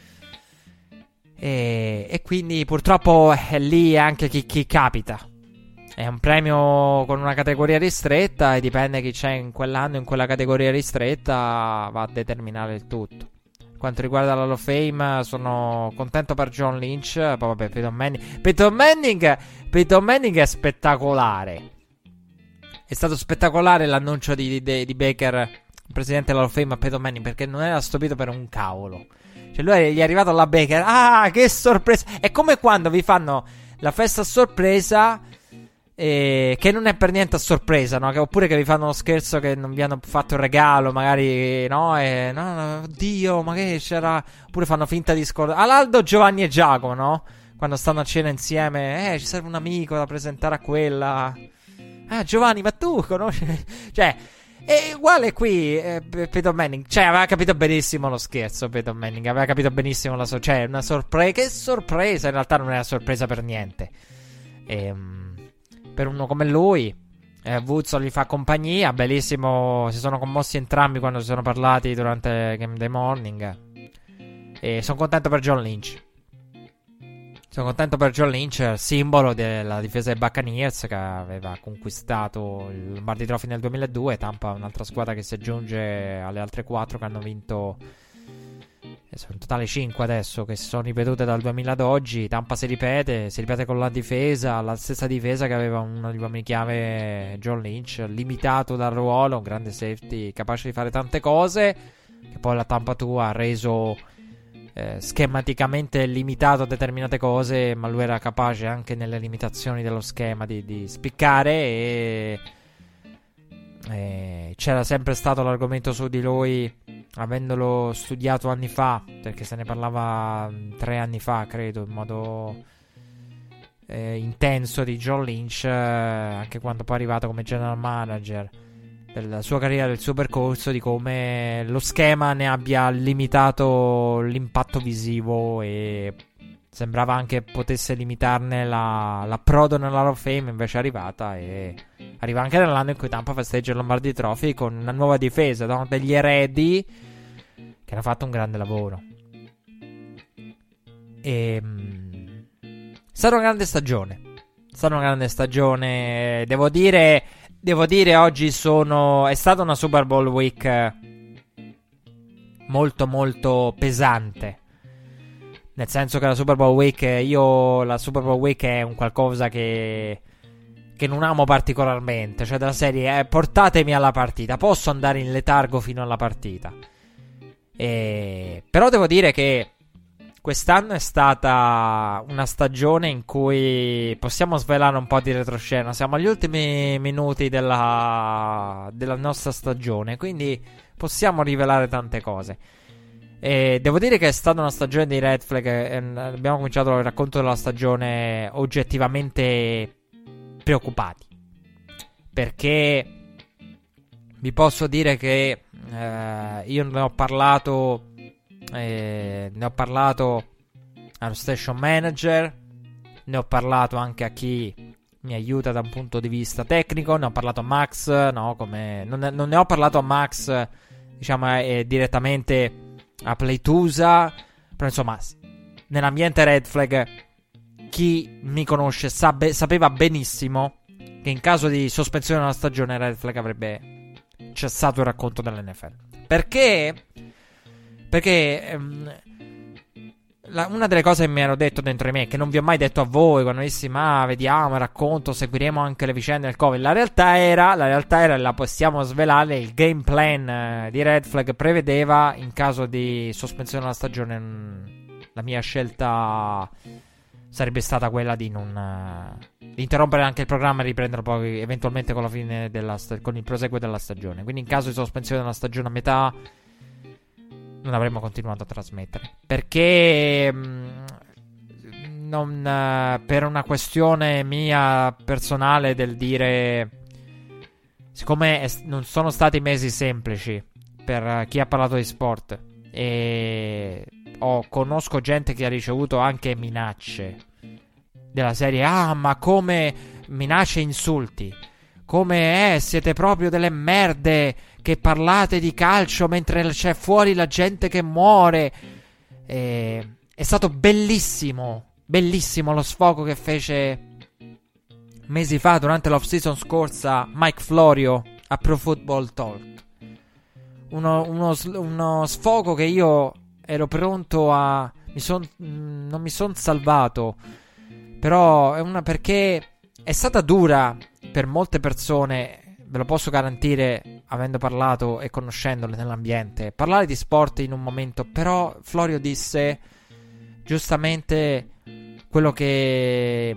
E quindi purtroppo è lì anche chi capita. È un premio con una categoria ristretta, e dipende chi c'è in quell'anno in quella categoria ristretta, va a determinare il tutto. Quanto riguarda la Hall of Fame, sono contento per John Lynch. Poi vabbè, Peyton Manning è spettacolare. È stato spettacolare l'annuncio di Baker, presidente della Hall of Fame, a Peyton Manning, perché non era stupito per un cavolo. Cioè lui gli è arrivato alla Baker, ah, che sorpresa. È come quando vi fanno la festa a sorpresa, che non è per niente a sorpresa, no? Oppure che vi fanno uno scherzo che non vi hanno fatto il regalo, magari, no? No, oddio, ma che c'era. Oppure fanno finta di scordare. All'Aldo, Giovanni e Giacomo, no? Quando stanno a cena insieme, ci serve un amico da presentare a quella. Ah, Giovanni, ma tu conosci? Cioè, è uguale qui, Peyton Manning. Cioè, aveva capito benissimo lo scherzo, Peyton Manning. Aveva capito benissimo cioè, una sorpresa. Che sorpresa, in realtà non era sorpresa per niente. Per uno come lui, Woods gli fa compagnia, bellissimo. Si sono commossi entrambi quando si sono parlati durante Game Day Morning. E sono contento per John Lynch. Simbolo della difesa dei Buccaneers, che aveva conquistato il Lombardi Trophy nel 2002. Tampa, un'altra squadra che si aggiunge alle altre 4 che hanno vinto. Sono in totale 5 adesso, che si sono ripetute dal 2000 ad oggi. Tampa si ripete con la stessa difesa che aveva uno degli uomini chiave, John Lynch, limitato dal ruolo, un grande safety capace di fare tante cose, che poi la Tampa 2 ha reso schematicamente limitato a determinate cose, ma lui era capace anche nelle limitazioni dello schema di spiccare, e c'era sempre stato l'argomento su di lui, avendolo studiato anni fa, perché se ne parlava 3 anni fa, credo, in modo intenso, di John Lynch, anche quando poi è arrivato come general manager, della sua carriera, del suo percorso, di come lo schema ne abbia limitato l'impatto visivo, e sembrava anche potesse limitarne l'approdo nella Hall of Fame. Invece è arrivata, e arriva anche nell'anno in cui Tampa festeggia il Lombardi Trophy con una nuova difesa, no? Degli eredi che hanno fatto un grande lavoro. Sarà una grande stagione. Devo dire oggi è stata una Super Bowl week molto molto pesante. Nel senso che la Super Bowl week è un qualcosa che non amo particolarmente. Cioè, della serie, portatemi alla partita. Posso andare in letargo fino alla partita. Però devo dire che quest'anno è stata una stagione in cui possiamo svelare un po' di retroscena. Siamo agli ultimi minuti della nostra stagione, quindi possiamo rivelare tante cose. E devo dire che è stata una stagione di red flag. Abbiamo cominciato il racconto della stagione oggettivamente preoccupati, perché vi posso dire che io ne ho parlato allo station manager, ne ho parlato anche a chi mi aiuta da un punto di vista tecnico, ne ho parlato a Max, no, non ne ho parlato a Max, diciamo, direttamente a Playtusa, però insomma, nell'ambiente red flag chi mi conosce sapeva benissimo che in caso di sospensione della stagione red flag avrebbe cessato il racconto dell'NFL. Perché una delle cose che mi ero detto dentro di me, che non vi ho mai detto a voi quando dissi ma vediamo il racconto, seguiremo anche le vicende del Covid, la realtà era, la possiamo svelare, il game plan di red flag prevedeva, in caso di sospensione della stagione, la mia scelta sarebbe stata quella di interrompere anche il programma e riprenderlo poi eventualmente con la fine con il proseguo della stagione. Quindi in caso di sospensione della stagione a metà non avremmo continuato a trasmettere, perché per una questione mia personale del dire, siccome non sono stati mesi semplici per chi ha parlato di sport e conosco gente che ha ricevuto anche minacce della serie ma come minacce e insulti, come siete proprio delle merde che parlate di calcio mentre c'è fuori la gente che muore. È stato bellissimo lo sfogo che fece mesi fa durante l'off season scorsa Mike Florio a Pro Football Talk. Uno sfogo che io ero pronto a non mi son salvato, però perché è stata dura per molte persone, ve lo posso garantire avendo parlato e conoscendole nell'ambiente, parlare di sport in un momento. Però Florio disse giustamente quello che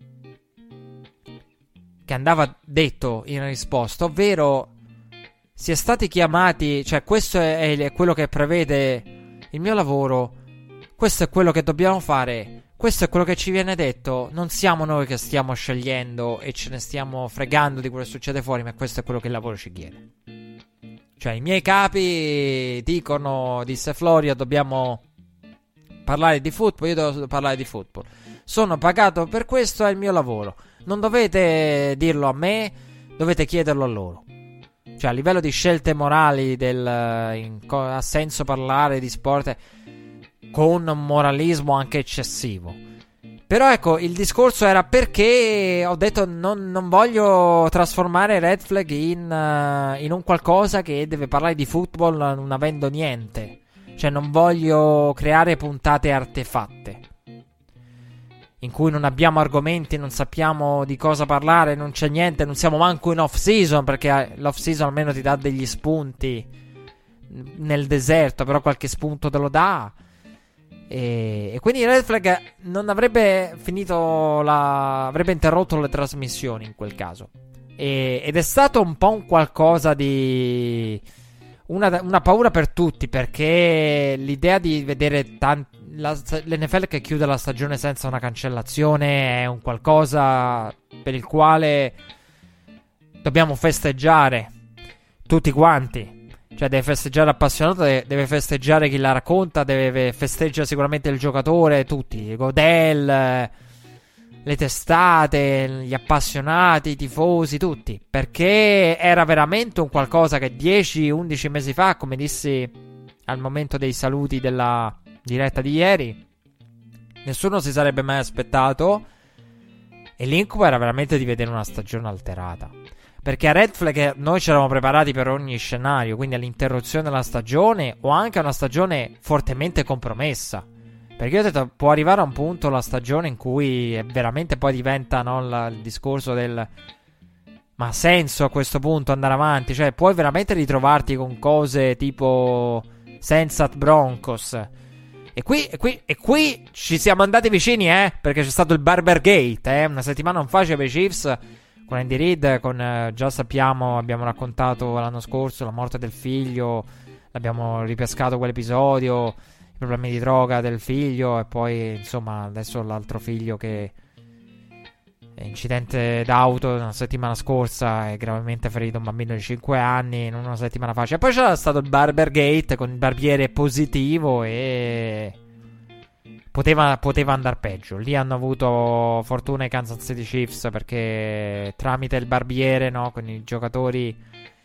andava detto in risposta, ovvero si è stati chiamati, cioè questo è quello che prevede il mio lavoro, questo è quello che dobbiamo fare, questo è quello che ci viene detto, non siamo noi che stiamo scegliendo e ce ne stiamo fregando di quello che succede fuori, ma questo è quello che il lavoro ci chiede. Cioè i miei capi disse Florio, dobbiamo parlare di football, io devo parlare di football, sono pagato per questo, è il mio lavoro, non dovete dirlo a me, dovete chiederlo a loro. Cioè a livello di scelte morali ha senso parlare di sport con un moralismo anche eccessivo. Però ecco, il discorso era perché ho detto non voglio trasformare Red Flag in un qualcosa che deve parlare di football non avendo niente. Cioè non voglio creare puntate artefatte in cui non abbiamo argomenti, non sappiamo di cosa parlare, non c'è niente, non siamo manco in off season, perché l'off season almeno ti dà degli spunti nel deserto, però qualche spunto te lo dà. E quindi Red Flag non avrebbe avrebbe interrotto le trasmissioni in quel caso. Ed è stato un po' un qualcosa di una paura per tutti, perché l'idea di vedere l'NFL che chiude la stagione senza una cancellazione è un qualcosa per il quale dobbiamo festeggiare tutti quanti. Cioè deve festeggiare l'appassionato, deve festeggiare chi la racconta, festeggia sicuramente il giocatore, tutti, Godel, le testate, gli appassionati, i tifosi, tutti. Perché era veramente un qualcosa che 10-11 mesi fa, come dissi al momento dei saluti della diretta di ieri, nessuno si sarebbe mai aspettato. E l'incubo era veramente di vedere una stagione alterata. Perché a Red Flag noi ci eravamo preparati per ogni scenario, quindi all'interruzione della stagione o anche a una stagione fortemente compromessa. Perché io ho detto, può arrivare a un punto la stagione in cui veramente poi diventa il discorso del ma ha senso a questo punto andare avanti? Cioè puoi veramente ritrovarti con cose tipo Sensat Broncos. E qui ci siamo andati vicini, perché c'è stato il Barber Gate, una settimana non facile per i Chiefs. Con Andy Reid, già sappiamo, abbiamo raccontato l'anno scorso la morte del figlio, l'abbiamo ripescato quell'episodio, i problemi di droga del figlio, e poi insomma adesso l'altro figlio che incidente d'auto una settimana scorsa, è gravemente ferito un bambino di 5 anni in una settimana facile. E poi c'era stato il Barbergate con il barbiere positivo e poteva andare peggio. Lì hanno avuto fortuna i Kansas City Chiefs, perché tramite il barbiere, no, con i giocatori,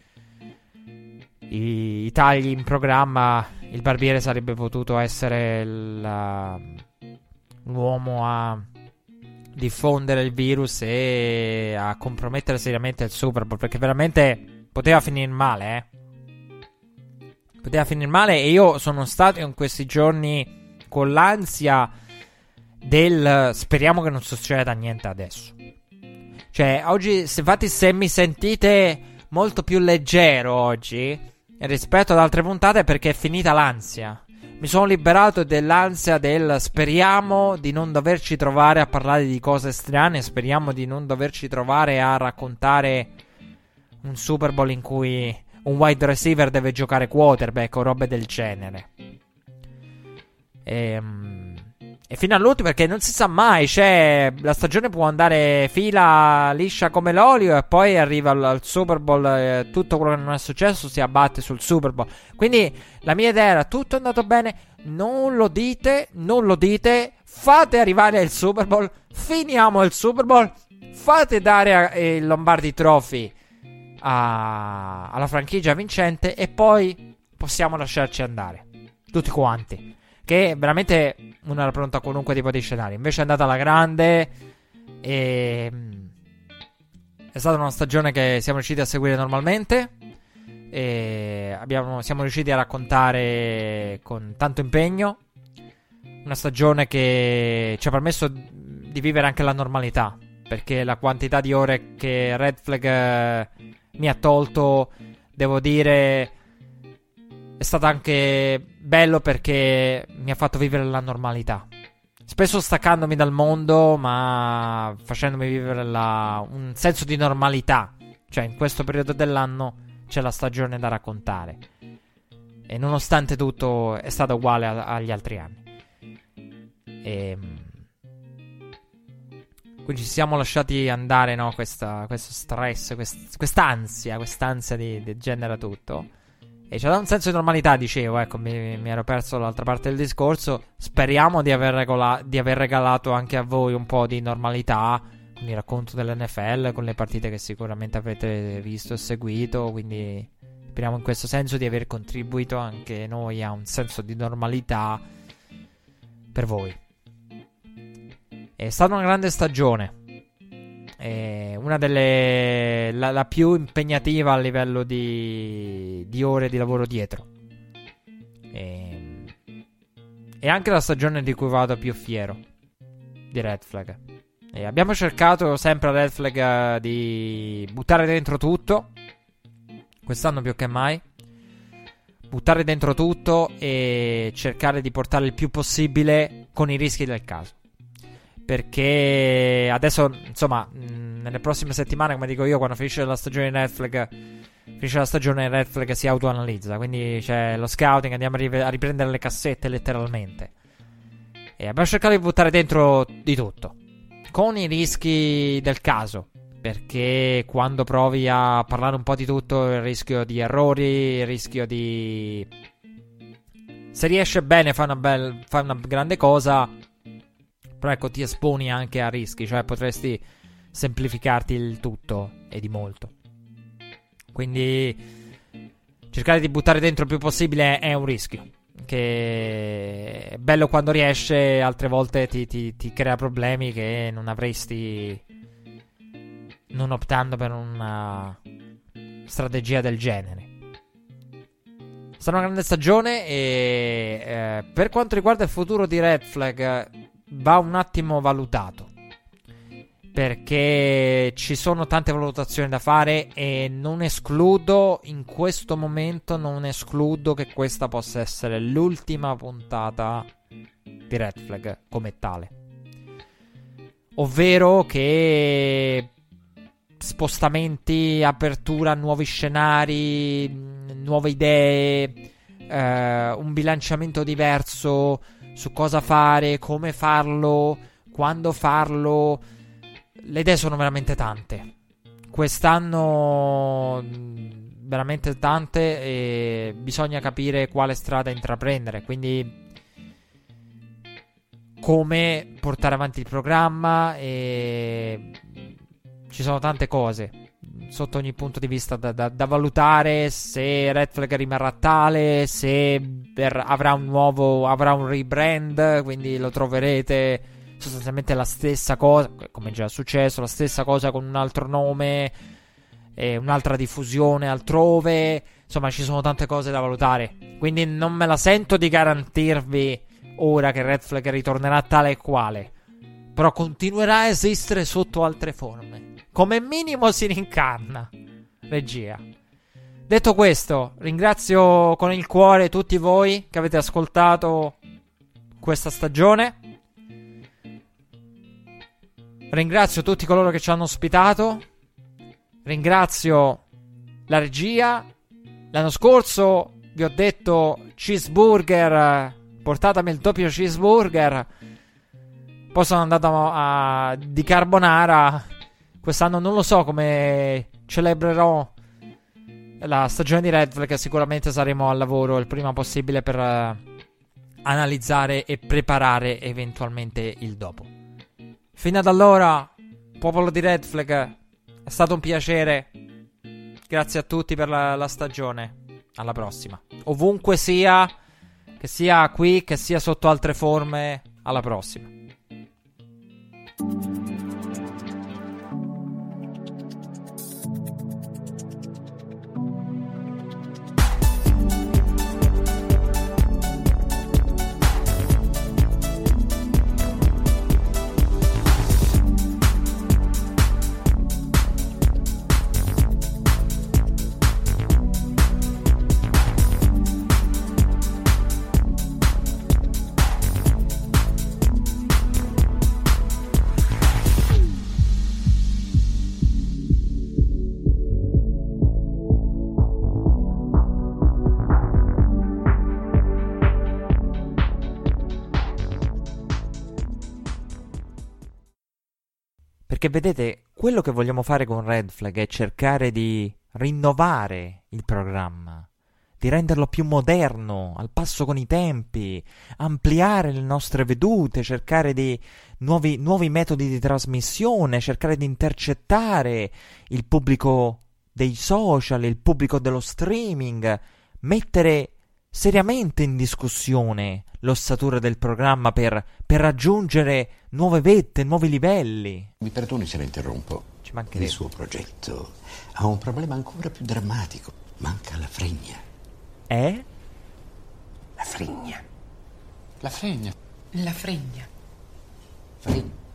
i tagli in programma, il barbiere sarebbe potuto essere l'uomo a diffondere il virus e a compromettere seriamente il Super Bowl, perché veramente poteva finire male, poteva finire male. E io sono stato in questi giorni con l'ansia del speriamo che non succeda niente adesso. Cioè oggi, infatti, se mi sentite molto più leggero oggi rispetto ad altre puntate, perché è finita l'ansia. Mi sono liberato dell'ansia del speriamo di non doverci trovare a parlare di cose strane, speriamo di non doverci trovare a raccontare un Super Bowl in cui un wide receiver deve giocare quarterback o robe del genere. E fino all'ultimo, perché non si sa mai, cioè la stagione può andare fila liscia come l'olio e poi arriva al Super Bowl, tutto quello che non è successo si abbatte sul Super Bowl. Quindi la mia idea era: tutto è andato bene, non lo dite, fate arrivare il Super Bowl, finiamo il Super Bowl, fate dare il Lombardi Trophy alla franchigia vincente e poi possiamo lasciarci andare tutti quanti. Che veramente uno era pronto a qualunque tipo di scenario. Invece è andata alla grande e è stata una stagione che siamo riusciti a seguire normalmente e siamo riusciti a raccontare con tanto impegno. Una stagione che ci ha permesso di vivere anche la normalità, perché la quantità di ore che Red Flag mi ha tolto, devo dire, è stato anche bello, perché mi ha fatto vivere la normalità. Spesso staccandomi dal mondo, ma facendomi vivere un senso di normalità. Cioè, in questo periodo dell'anno c'è la stagione da raccontare. E nonostante tutto è stata uguale agli altri anni. Quindi ci siamo lasciati andare, no? Questo stress, quest'ansia di genera tutto. E c'è da un senso di normalità, dicevo, ecco, mi ero perso l'altra parte del discorso. Speriamo di aver regalato anche a voi un po' di normalità con il racconto dell'NFL, con le partite che sicuramente avete visto e seguito. Quindi speriamo in questo senso di aver contribuito anche noi a un senso di normalità per voi. È stata una grande stagione. Una delle la più impegnativa a livello di ore di lavoro dietro, e anche la stagione di cui vado più fiero di Red Flag. E abbiamo cercato sempre a Red Flag di buttare dentro tutto, quest'anno più che mai, buttare dentro tutto e cercare di portare il più possibile con i rischi del caso. Perché adesso, insomma, nelle prossime settimane, come dico io, quando finisce la stagione Red Flag si autoanalizza. Quindi c'è lo scouting, andiamo a riprendere le cassette letteralmente. E abbiamo cercato di buttare dentro di tutto, con i rischi del caso. Perché quando provi a parlare un po' di tutto, il rischio di errori, il rischio di... Se riesce bene fai una grande cosa, però ecco, ti esponi anche a rischi, cioè potresti semplificarti il tutto e di molto. Quindi cercare di buttare dentro il più possibile è un rischio, che è bello quando riesce, altre volte ti crea problemi che non avresti non optando per una strategia del genere. È stata una grande stagione e per quanto riguarda il futuro di Red Flag va un attimo valutato, perché ci sono tante valutazioni da fare e non escludo, in questo momento che questa possa essere l'ultima puntata di Red Flag come tale, ovvero che spostamenti, apertura a nuovi scenari, nuove idee, un bilanciamento diverso su cosa fare, come farlo, quando farlo. Le idee sono veramente tante. Quest'anno veramente tante, e bisogna capire quale strada intraprendere. Quindi come portare avanti il programma, e ci sono tante cose sotto ogni punto di vista da valutare. Se Red Flag rimarrà tale, se avrà un rebrand, quindi lo troverete sostanzialmente la stessa cosa, come già è successo, la stessa cosa con un altro nome e un'altra diffusione altrove. Insomma, ci sono tante cose da valutare, quindi non me la sento di garantirvi ora che Red Flag ritornerà tale e quale, però continuerà a esistere sotto altre forme. Come minimo si rincarna. Regia. Detto questo, ringrazio con il cuore tutti voi che avete ascoltato questa stagione. Ringrazio tutti coloro che ci hanno ospitato. Ringrazio la regia. L'anno scorso vi ho detto cheeseburger, portatemi il doppio cheeseburger. Poi sono andato di carbonara. Quest'anno non lo so come celebrerò la stagione di Red Flag. Sicuramente saremo al lavoro il prima possibile per analizzare e preparare eventualmente il dopo. Fino ad allora, popolo di Red Flag, è stato un piacere. Grazie a tutti per la stagione. Alla prossima. Ovunque sia, che sia qui, che sia sotto altre forme, alla prossima. Perché vedete, quello che vogliamo fare con Red Flag è cercare di rinnovare il programma, di renderlo più moderno, al passo con i tempi, ampliare le nostre vedute, cercare di nuovi metodi di trasmissione, cercare di intercettare il pubblico dei social, il pubblico dello streaming, mettere seriamente in discussione l'ossatura del programma per raggiungere nuove vette, nuovi livelli. Mi perdoni se la interrompo. Ci mancherebbe. Il suo progetto ha un problema ancora più drammatico. Manca la fregna. Eh? La fregna. La fregna. La fregna. Fregna.